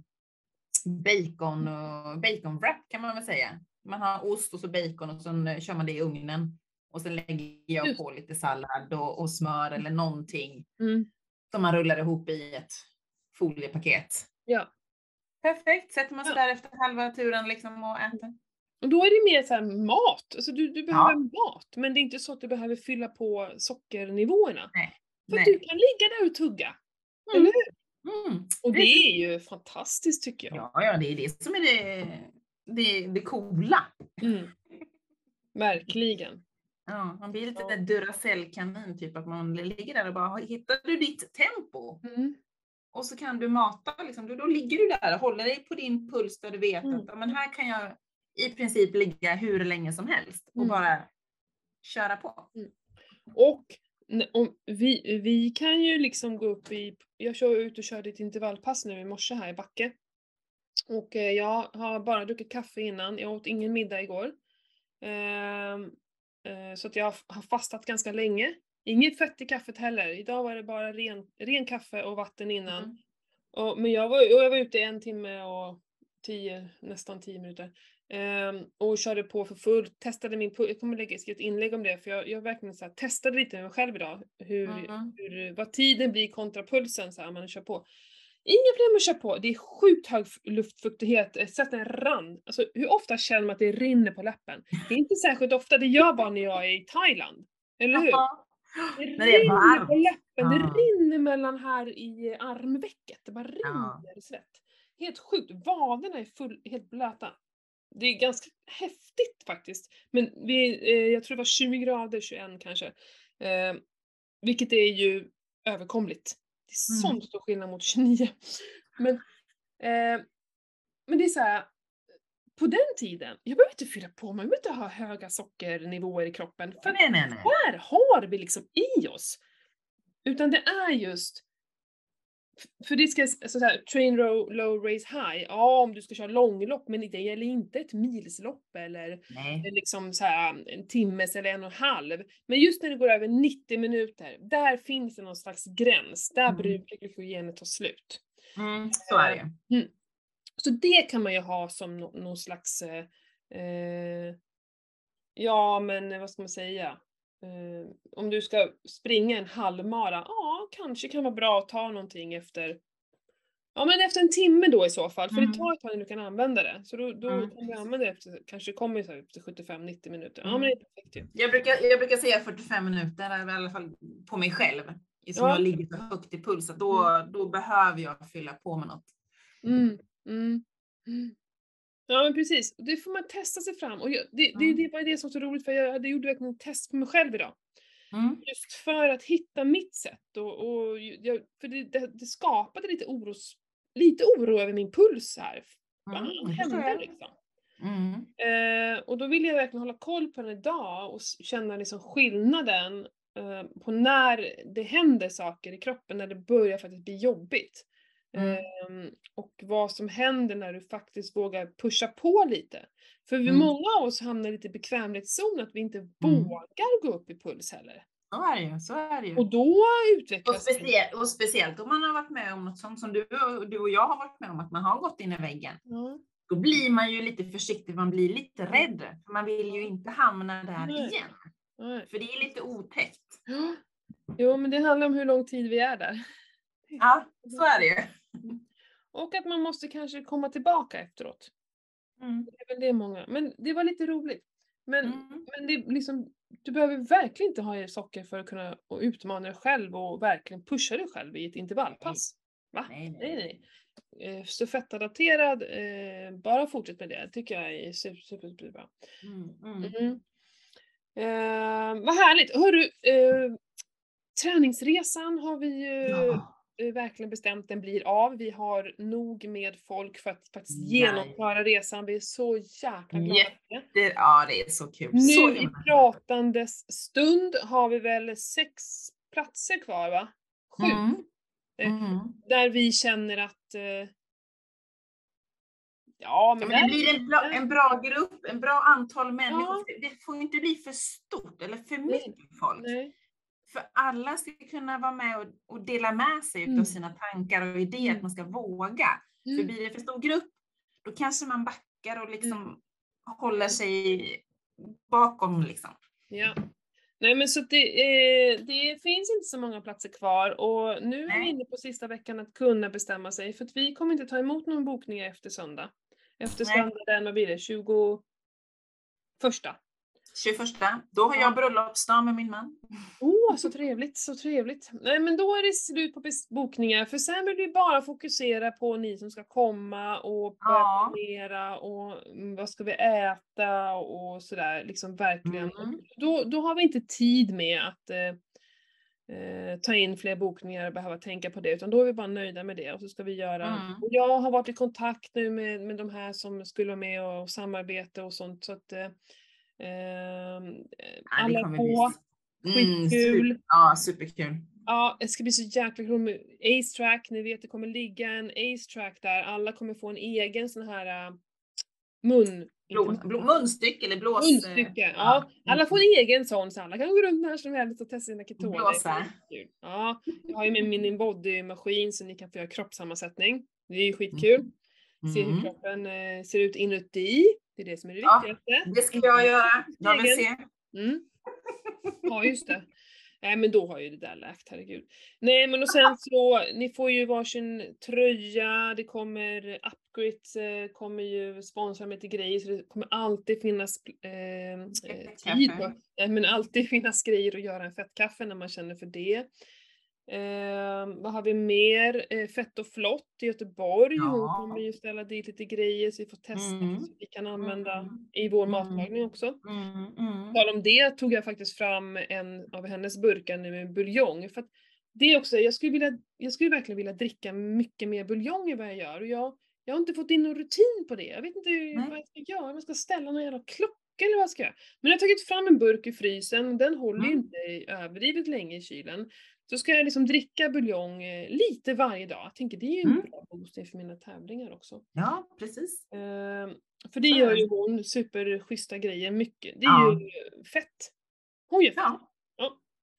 bacon wrap, kan man väl säga. Man har ost och så bacon, och sen kör man det i ugnen. Och sen lägger jag på lite sallad och smör eller någonting. Som man rullar ihop i ett foliepaket. Ja. Perfekt. Sätter man sig där efter halva turen liksom och äter. Och då är det mer så här mat. Alltså du behöver mat. Men det är inte så att du behöver fylla på sockernivåerna. Nej. För att du kan ligga där och tugga. Eller hur? Och det är ju fantastiskt tycker jag. Ja, det är det som är det coola. Verkligen. Ja, man blir lite Duracell-kanin typ, att man ligger där och bara, hittar du ditt tempo? Och så kan du mata, liksom, då ligger du där och håller dig på din puls där du vet att men här kan jag i princip ligga hur länge som helst och bara köra på. Och om vi kan ju liksom gå upp jag kör ut och körde ett intervallpass nu i morse här i Backe. Och jag har bara druckit kaffe innan, jag åt ingen middag igår. Så att jag har fastat ganska länge. Inget fett i kaffet heller. Idag var det bara ren kaffe och vatten innan. Men jag var ute 1 timme och nästan 10 minuter. Och körde på för fullt. Testade min puls. Jag kommer lägga ett inlägg om det. För jag verkligen så här, testade lite med mig själv idag. Vad tiden blir kontra pulsen så här, man kör på. Inga problem att köra på. Det är sjukt hög luftfuktighet. Sätt en rand. Alltså hur ofta känner man att det rinner på läppen? Det är inte särskilt ofta. Det gör bara när jag är i Thailand. Eller hur? Det rinner på läppen. Det rinner mellan här i armvecket. Det bara rinner svett. Helt sjukt. Vaderna är helt blöta. Det är ganska häftigt faktiskt. Men jag tror det var 20 grader, 21 kanske. Vilket är ju överkomligt. Det är sån stor skillnad mot 29. Men det är så här. På den tiden, jag behöver inte fylla på mig, jag behöver inte ha höga sockernivåer i kroppen. För här har vi liksom i oss. Utan det är just, för det ska så här, train low, race high. Ja, om du ska köra långlopp, men det gäller inte ett milslopp eller liksom så här, en timmes eller 1,5. Men just när det går över 90 minuter, där finns det någon slags gräns. Där brukar glykogenet ta slut. Så är det. Så det kan man ju ha som någon slags, ja men vad ska man säga, om du ska springa en halvmara, kanske kan vara bra att ta någonting efter 1 timme då i så fall, för det tar ett tag när du kan använda det. Så då kan du använda det efter, kanske kommer så här efter 75-90 minuter. Ja men det är perfekt ju. Jag brukar säga 45 minuter, i alla fall på mig själv. Som jag ligger så högt i puls, då behöver jag fylla på med något. Ja men precis, det får man testa sig fram. Och det var det som var så roligt, för jag gjorde verkligen en test på mig själv idag. Just för att hitta mitt sätt. För det skapade lite oro över min puls här. Vad hände liksom? Och då ville jag verkligen hålla koll på den idag och känna liksom skillnaden på när det händer saker i kroppen, när det börjar faktiskt bli jobbigt. Och vad som händer när du faktiskt vågar pusha på lite. För många av oss hamnar lite i bekvämlighetszon, att vi inte vågar gå upp i puls heller. Så är det ju. Och då utvecklas och speciellt om man har varit med om något sånt som du och jag har varit med om, att man har gått in i väggen. Då blir man ju lite försiktig, man blir lite rädd. För man vill ju inte hamna där igen. För det är lite otäckt. Jo, men det handlar om hur lång tid vi är där. Ja, så är det ju. Och att man måste kanske komma tillbaka efteråt. Det är väl det många. Men det var lite roligt. Men det liksom, du behöver verkligen inte ha socker för att kunna utmana dig själv och verkligen pusha dig själv i ett intervallpass. Va? Nej. Så fettadapterad, bara fortsätt med det. Tycker jag är superbra. Vad härligt. Hörru, träningsresan har vi ju verkligen bestämt, den blir av. Vi har nog med folk för att faktiskt genomföra resan. Vi är så jäkla glada. Ja, det är så kul. Nu i pratandes stund har vi väl 6 platser kvar, va? 7. Där vi känner att men det blir en bra grupp, en bra antal människor. Det får inte bli för stort eller för mycket folk. Nej. För alla ska kunna vara med och dela med sig av sina tankar och idéer, att man ska våga. För blir det för stor grupp, då kanske man backar och liksom håller sig bakom liksom. Ja. Nej men så det finns inte så många platser kvar, och nu är vi inne på sista veckan att kunna bestämma sig, för att vi kommer inte ta emot någon bokningar efter söndag. Efter söndag den, vad blir det? 21. Då har jag bröllopsdag med min man. Så trevligt. Nej men då är det slut på bokningar, för sen vill vi bara fokusera på ni som ska komma och börja planera och vad ska vi äta och sådär, liksom verkligen. Då har vi inte tid med ta in fler bokningar och behöva tänka på det, utan då är vi bara nöjda med det, och så ska vi göra. Och jag har varit i kontakt nu med de här som skulle vara med och samarbeta och sånt, så att alla på, skitkul. Ja, superkul. Ja, det ska bli så jäkla kul med Ace Track. Ni vet, det kommer ligga en Ace Track där. Alla kommer få en egen sån här munstycke eller blås... Munstycke, ja. Alla får en egen sån, så alla kan gå runt här som helst och testa sina ketoner. Blåsa. Ja, jag har ju med min body-maskin så ni kan få göra kroppssammansättning. Det är ju skitkul. Se hur kroppen ser ut inuti. Det är det som är det viktigaste. Det ska jag göra. Jag vill se. Ja, just det. Nej, men då har ju det där läkt, herregud. Nej, men och sen så, ni får ju varsin tröja, det kommer, Upgrade kommer ju sponsra med till grejer, så det kommer alltid finnas tid på, men alltid finnas grejer att göra en fettkaffe när man känner för det. Vad har vi mer? Fett och flott i Göteborg. Hon kommer ju ställa dit lite grejer så vi får testa så vi kan använda i vår matlagning också. Tal om det tog jag faktiskt fram en av hennes burkar nu med buljong. För att det är också, jag skulle verkligen vilja dricka mycket mer buljong än vad jag gör. Och jag har inte fått in någon rutin på det. Jag vet inte vad jag ska göra. Om jag ska ställa någon jävla klocka eller vad jag ska göra. Men jag har tagit fram en burk i frysen. Den håller ju inte överdrivet länge i kylen. Så ska jag liksom dricka buljong lite varje dag. Jag tänker det är ju en bra boost för mina tävlingar också. Ja, precis. För det gör ju hon superschyssta grejer mycket. Det är ju fett. Hon gör fett. Ja.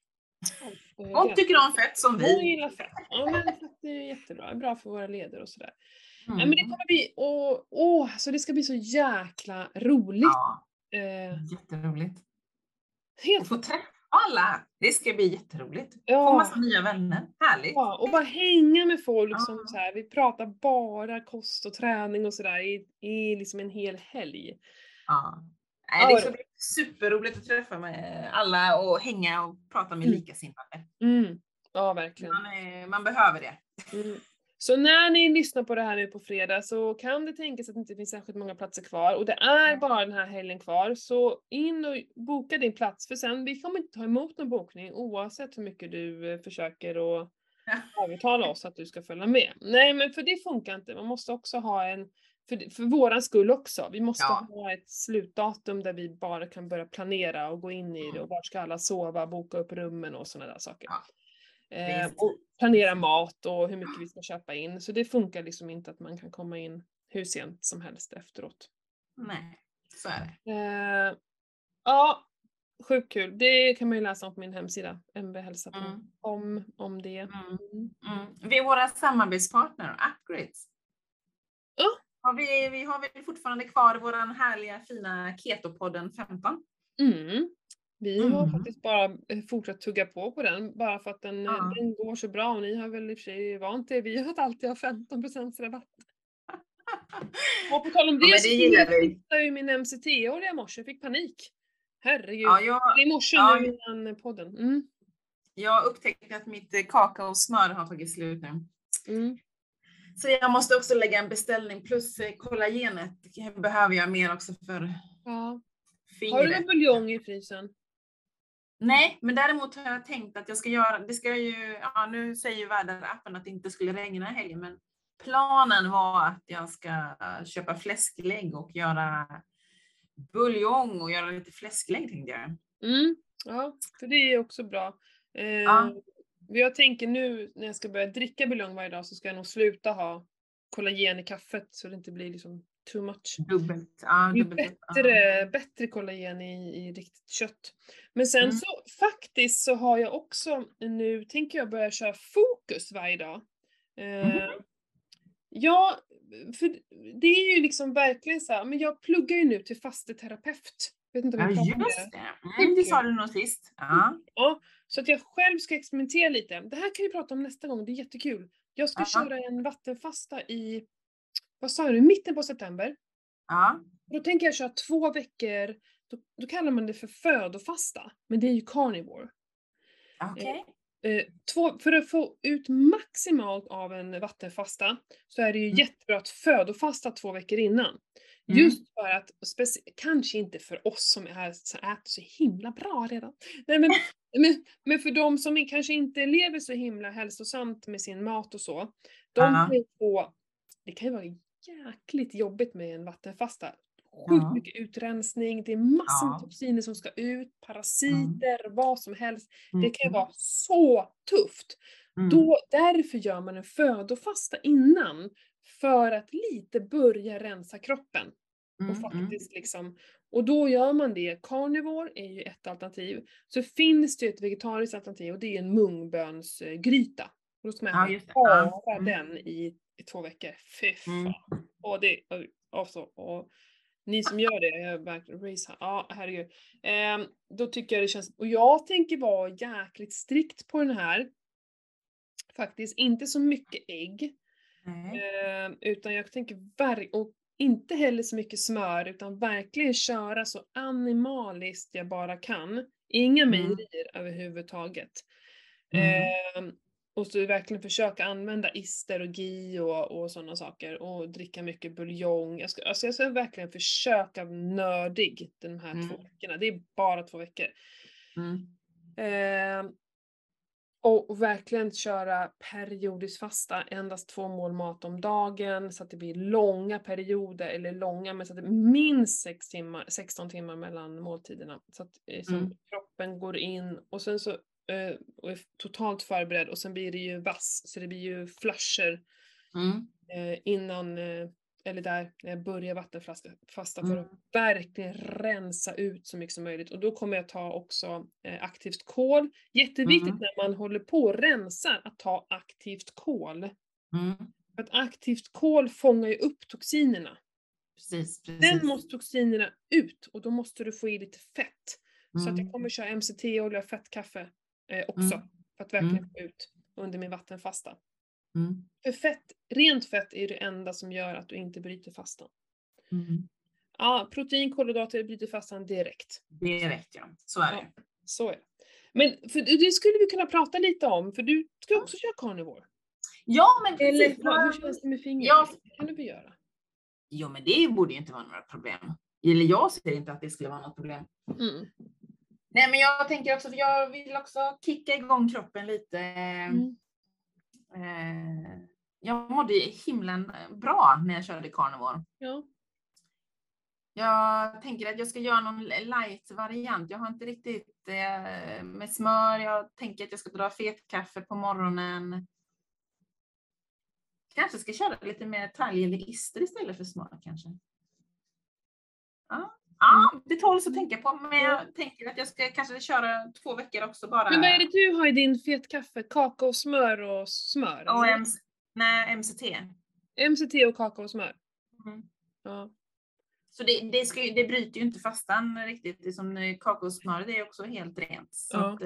Hon tycker om fett som vi. Hon gillar fett. Ja, men fett är jättebra. Det är bra för våra leder och sådär. Ja, men det kommer bli, så det ska bli så jäkla roligt. Ja, jätteroligt. Helt få träffa alla. Det ska bli jätteroligt. Få massa nya vänner. Härligt. Ja, och bara hänga med folk som så här, vi pratar bara kost och träning och sådär i liksom en hel helg. Ja. Nej, det ska bli superroligt att träffa med alla och hänga och prata med likasinnade. Ja, verkligen. Man behöver det. Så när ni lyssnar på det här nu på fredag så kan det tänkas att det inte finns särskilt många platser kvar. Och det är bara den här helgen kvar. Så in och boka din plats. För sen, vi kommer inte ta emot någon bokning oavsett hur mycket du försöker att övertala oss att du ska följa med. Nej, men för det funkar inte. Man måste också ha en, för våran skull också. Vi måste ha ett slutdatum där vi bara kan börja planera och gå in i det. Och var ska alla sova, boka upp rummen och sådana där saker. Och planera mat och hur mycket vi ska köpa in. Så det funkar liksom inte att man kan komma in hur sent som helst efteråt. Nej, så är det. Ja, sjukt kul. Det kan man ju läsa om på min hemsida. mbhälsa.com om det. Vi är våra samarbetspartner, Upgrades. Ja. Vi har väl fortfarande kvar våran härliga fina Keto-podden 15. Vi har faktiskt bara fortsatt tugga på den, bara för att den går så bra. Och ni har väl i och för sig vant er vid att alltid ha 15% rabatt. Och på tal om det så hittade ju min MCT-år i morse. Jag fick panik. Herregud. Det är morse nu innan podden. Jag upptäckte att mitt kakaosmör har tagit slut nu. Så jag måste också lägga en beställning plus kollagenet. Behöver jag mer också för fingret. Har du någon buljong i frysen? Nej, men däremot har jag tänkt att jag ska göra, det ska ju, nu säger ju väderappen att det inte skulle regna i helgen, men planen var att jag ska köpa fläsklägg och göra buljong och göra lite fläsklägg, tänkte jag. Ja, för det är också bra. Jag tänker nu när jag ska börja dricka buljong varje dag så ska jag nog sluta ha kollagen i kaffet så det inte blir liksom too much. Dubbelt. Bättre kollagen i riktigt kött. Men sen så faktiskt så har jag också, nu tänker jag börja köra fokus varje dag. Ja, för det är ju liksom verkligen så här, men jag pluggar ju nu till fasteterapeut. Vet inte om jag pratar om det. Det sa du nog sist. Ja, så att jag själv ska experimentera lite. Det här kan vi prata om nästa gång, det är jättekul. Jag ska köra en vattenfasta i, vad sa du, mitten på september. Då tänker jag köra 2 veckor, då kallar man det för födofasta, men det är ju carnivore. För att få ut maximalt av en vattenfasta så är det ju jättebra att födofasta 2 veckor innan. Just för att, kanske inte för oss som äter så himla bra redan. Nej, men Men för de som kanske inte lever så himla hälsosamt med sin mat och så, de kan ju det kan ju vara jäkligt jobbigt med en vattenfasta. Sjukt mycket utrensning, det är massor med toxiner som ska ut, parasiter, vad som helst. Det kan ju vara så tufft. Därför gör man en födofasta innan, för att lite börja rensa kroppen. Och faktiskt liksom, och då gör man det. Carnivore är ju ett alternativ. Så finns det ett vegetariskt alternativ, och det är en mungbönsgryta. Och då ska man äta bara den i 2 veckor. Fy fan. Och det, alltså, och ni som gör det, jag verkligen race här. Ja, herregud. Då tycker jag det känns, och jag tänker vara jäkligt strikt på den här. Faktiskt inte så mycket ägg. Utan jag tänker och inte heller så mycket smör, utan verkligen köra så animaliskt jag bara kan. Inga mejerier överhuvudtaget. Och så verkligen försöka använda ister och ghee och sådana saker. Och dricka mycket buljong. Jag ska verkligen försöka nördig de här 2 veckorna. Det är bara 2 veckor. Och verkligen köra periodiskt fasta, endast 2 mål mat om dagen, så att det blir långa perioder, eller långa, men så att det är minst 16 timmar mellan måltiderna. Så att kroppen går in, och sen så och är totalt förberedd, och sen blir det ju vass, så det blir ju flusher innan, eller där när jag börjar vattenfasta, för att verkligen rensa ut så mycket som möjligt. Och då kommer jag ta också aktivt kol. Jätteviktigt när man håller på och rensar, att ta aktivt kol. För att aktivt kol fångar ju upp toxinerna. Precis. Sen måste toxinerna ut, och då måste du få i lite fett. Så att jag kommer köra MCT-olja och fettkaffe också. För att verkligen få ut under min vattenfasta. För rent fett är det enda som gör att du inte bryter fastan. Ja, protein, kolhydrater bryter fastan direkt. Direkt, ja. Så är det. Så är det. Men för det skulle vi kunna prata lite om, för du ska också köra carnivore. Ja, men precis. Eller hur känns det med fingret? Det kan du väl göra? Jo, men det borde ju inte vara några problem. Eller jag ser inte att det skulle vara något problem. Nej, men jag tänker också, för jag vill också kicka igång kroppen lite. Jag mådde himlen bra när jag körde carnivore. Jag tänker att jag ska göra någon light-variant. Jag har inte riktigt med smör. Jag tänker att jag ska dra fetkaffe på morgonen. Kanske ska köra lite mer talg eller ister istället för smör kanske. Ja, det tåls att tänka på. Men jag tänker att jag ska kanske köra 2 veckor också bara. Men vad är det du har i din fetkaffe? Kakaosmör och smör? Och MCT. MCT och kakaosmör? Ja. Så det bryter ju inte fastan riktigt. Det är som kakaosmör, det är också helt rent. Så, att,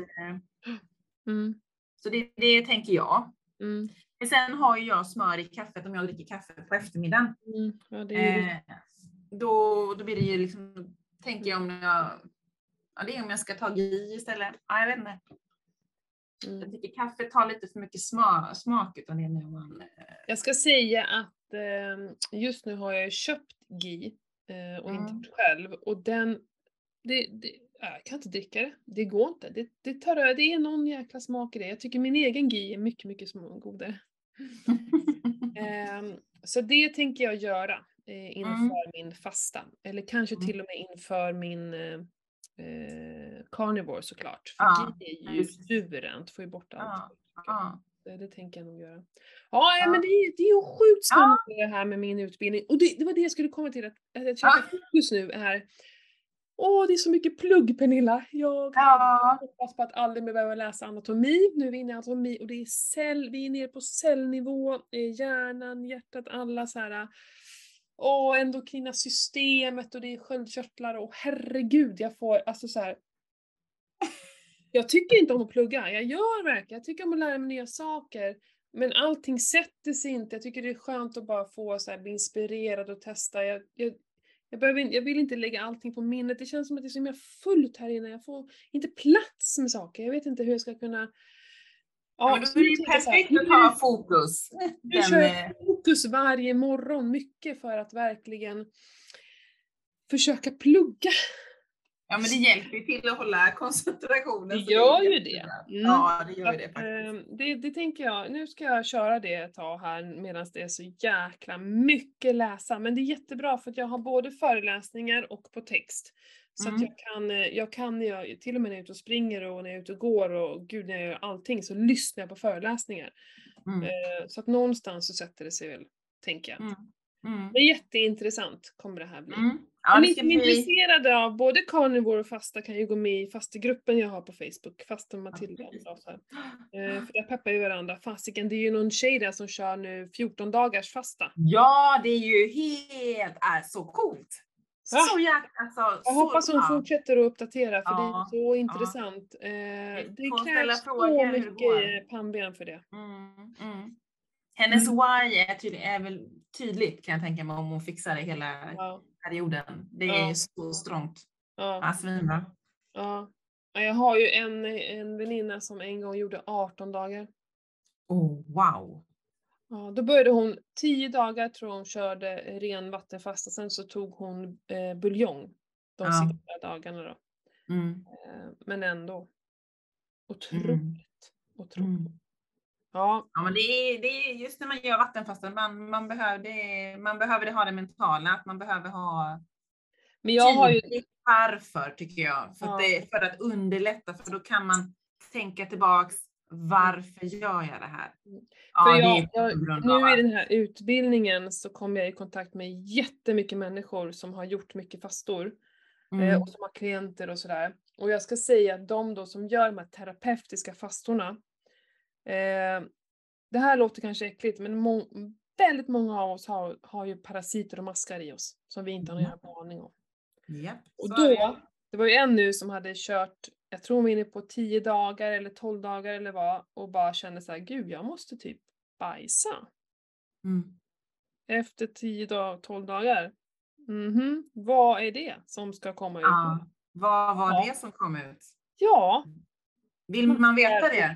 så det tänker jag. Men sen har ju jag smör i kaffet om jag dricker kaffe på eftermiddagen. Ja, det är då blir det ju liksom, tänker jag det är om jag ska ta ghee istället. Ja, jag vet inte. Jag tycker kaffet har lite för mycket smak utan det när man... Jag ska säga att just nu har jag köpt ghee och inte gjort själv. Och jag kan inte dricka det. Det går inte. Det är någon jäkla smak i det. Jag tycker min egen ghee är mycket, mycket godare. Så det tänker jag göra inför min fasta. Eller kanske till och med inför min carnivore såklart. För ghee är ju suveränt. Får ju bort allt. Det tänker jag nog göra. Men det är ju sjukt spännande det här med min utbildning. Och det var det jag skulle komma till. Att jag köper fokus nu är... det är så mycket plugg, Pernilla. Jag hoppas på att aldrig mer behöva läsa anatomi. Nu är vi inne i anatomi och det är vi är nere på cellnivå, hjärnan, hjärtat, alla så här. Endokrina systemet och det är sköldkörtlar och herregud, jag får alltså så här. Jag tycker inte om att plugga. Jag gör verkligen. Jag tycker om att lära mig nya saker. Men allting sätter sig inte. Jag tycker det är skönt att bara få så här, bli inspirerad och testa. Jag vill inte lägga allting på minnet. Det känns som att det är så himla fullt här inne. Jag får inte plats med saker. Jag vet inte hur jag ska kunna... Ja, det är perfekt att ha fokus. Jag kör fokus varje morgon. Mycket för att verkligen försöka plugga. Ja, men det hjälper ju till att hålla koncentrationen. Det gör ju det. Ja, det gör det faktiskt. Det tänker jag, nu ska jag köra det ett tag här medan det är så jäkla mycket läsa. Men det är jättebra för att jag har både föreläsningar och på text. Så att jag kan till och med när jag är ute och springer och när jag är ute och går och gud när jag gör allting så lyssnar jag på föreläsningar. Så att någonstans så sätter det sig väl, tänker jag. Det är jätteintressant kommer det här bli. Ja, ni som är intresserade av både carnivore och fasta kan ju gå med i fastegruppen jag har på Facebook, Fasta Matilda. För där peppar ju varandra. Fasiken, det är ju någon tjej där som kör nu 14 dagars fasta. Ja, det är ju helt så coolt. Så jäkla, alltså, jag hoppas hon fortsätter att uppdatera för det är så intressant. Det krävs så mycket pannben för det. Hennes why är väl tydligt kan jag tänka mig om hon fixar det hela perioden. Det är ju så strångt. Svinbra. Ja. Jag har ju en väninna som en gång gjorde 18 dagar. Oh, wow. Ja, då började hon 10 dagar tror hon körde ren vattenfasta. Sen så tog hon buljong de sista dagarna då. Men ändå. Otroligt. Ja, men det är just när man gör vattenfasta, man behöver ha det mentala, att man behöver ha men jag har ju varför tycker jag, för att underlätta, för då kan man tänka tillbaks, varför gör jag det här? Nu i den här utbildningen så kom jag i kontakt med jättemycket människor som har gjort mycket fastor och som har klienter och sådär. Och jag ska säga att de då som gör de här terapeutiska fastorna, det här låter kanske äckligt, men väldigt många av oss har ju parasiter och maskar i oss som vi inte har någon aning om. Och då, det var ju en nu som hade kört, jag tror hon var inne på 10 dagar eller 12 dagar eller vad, och bara kände så här, gud jag måste typ bajsa. Efter 10 dagar, 12 dagar. Vad är det som ska komma ut? Vad var det som kom ut? Ja. Vill man veta det?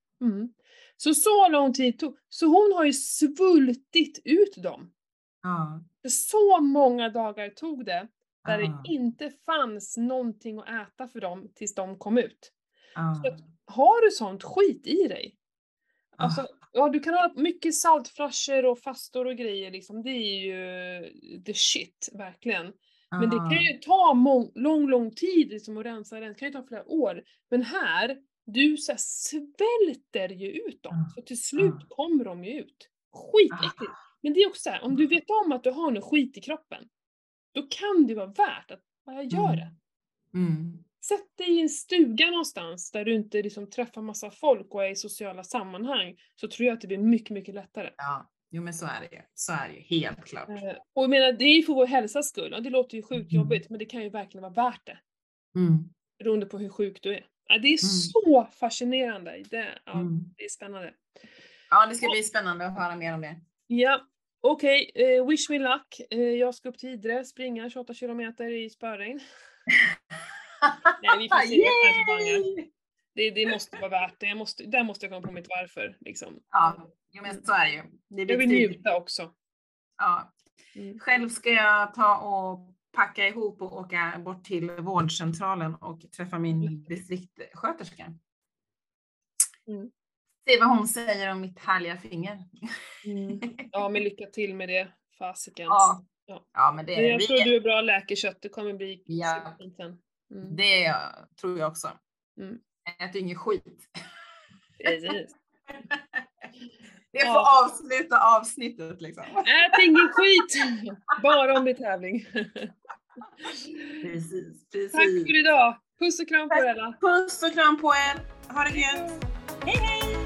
Så lång tid tog. Så hon har ju svultit ut dem. Så många dagar tog det. Där det inte fanns någonting att äta för dem tills de kom ut. Så att, har du sånt skit i dig. Alltså, du kan ha mycket saltflasher och fastor och grejer. Liksom. Det är ju the shit, verkligen. Men det kan ju ta lång tid liksom, att rensa den. Det kan ju ta flera år. Men här, du så här, svälter ju ut dem. Så till slut kommer de ju ut. Skitäckligt. Men det är också så här, om du vet om att du har något skit i kroppen. Då kan det vara värt att jag gör det. Sätt dig i en stuga någonstans där du inte liksom träffar massa folk och är i sociala sammanhang. Så tror jag att det blir mycket, mycket lättare. Ja, jo men så är det ju. Så är det ju, helt klart. Och jag menar, det är ju för vår hälsas skull. Och det låter ju sjukt jobbigt, men det kan ju verkligen vara värt det. Beroende på hur sjuk du är. Det är så fascinerande. Det är spännande. Ja, det ska bli spännande att höra mer om det. Ja. Okej, wish me luck. Jag ska upp till Idre, springa 28 kilometer i spöregn. Nej, vi får se. Det måste vara värt det. Där måste jag komma på mitt varför. Liksom. Ja, men så är det ju. Jag vill njuta också. Ja. Själv ska jag ta och packa ihop och åka bort till vårdcentralen och träffa min distriktsköterska. Se vad hon säger om mitt härliga finger. Ja, men lycka till med det. Fasikens. Ja, men det jag tror du är bra läkekött. Det kommer bli sen. Det tror jag också. Äter ingen skit. Precis. Det får avsluta avsnittet liksom. Ät ingen skit. Bara om det är tävling. Precis. Tack för idag. Puss och kram på er alla. Puss och kram på er. Ha det gött. Hej hej.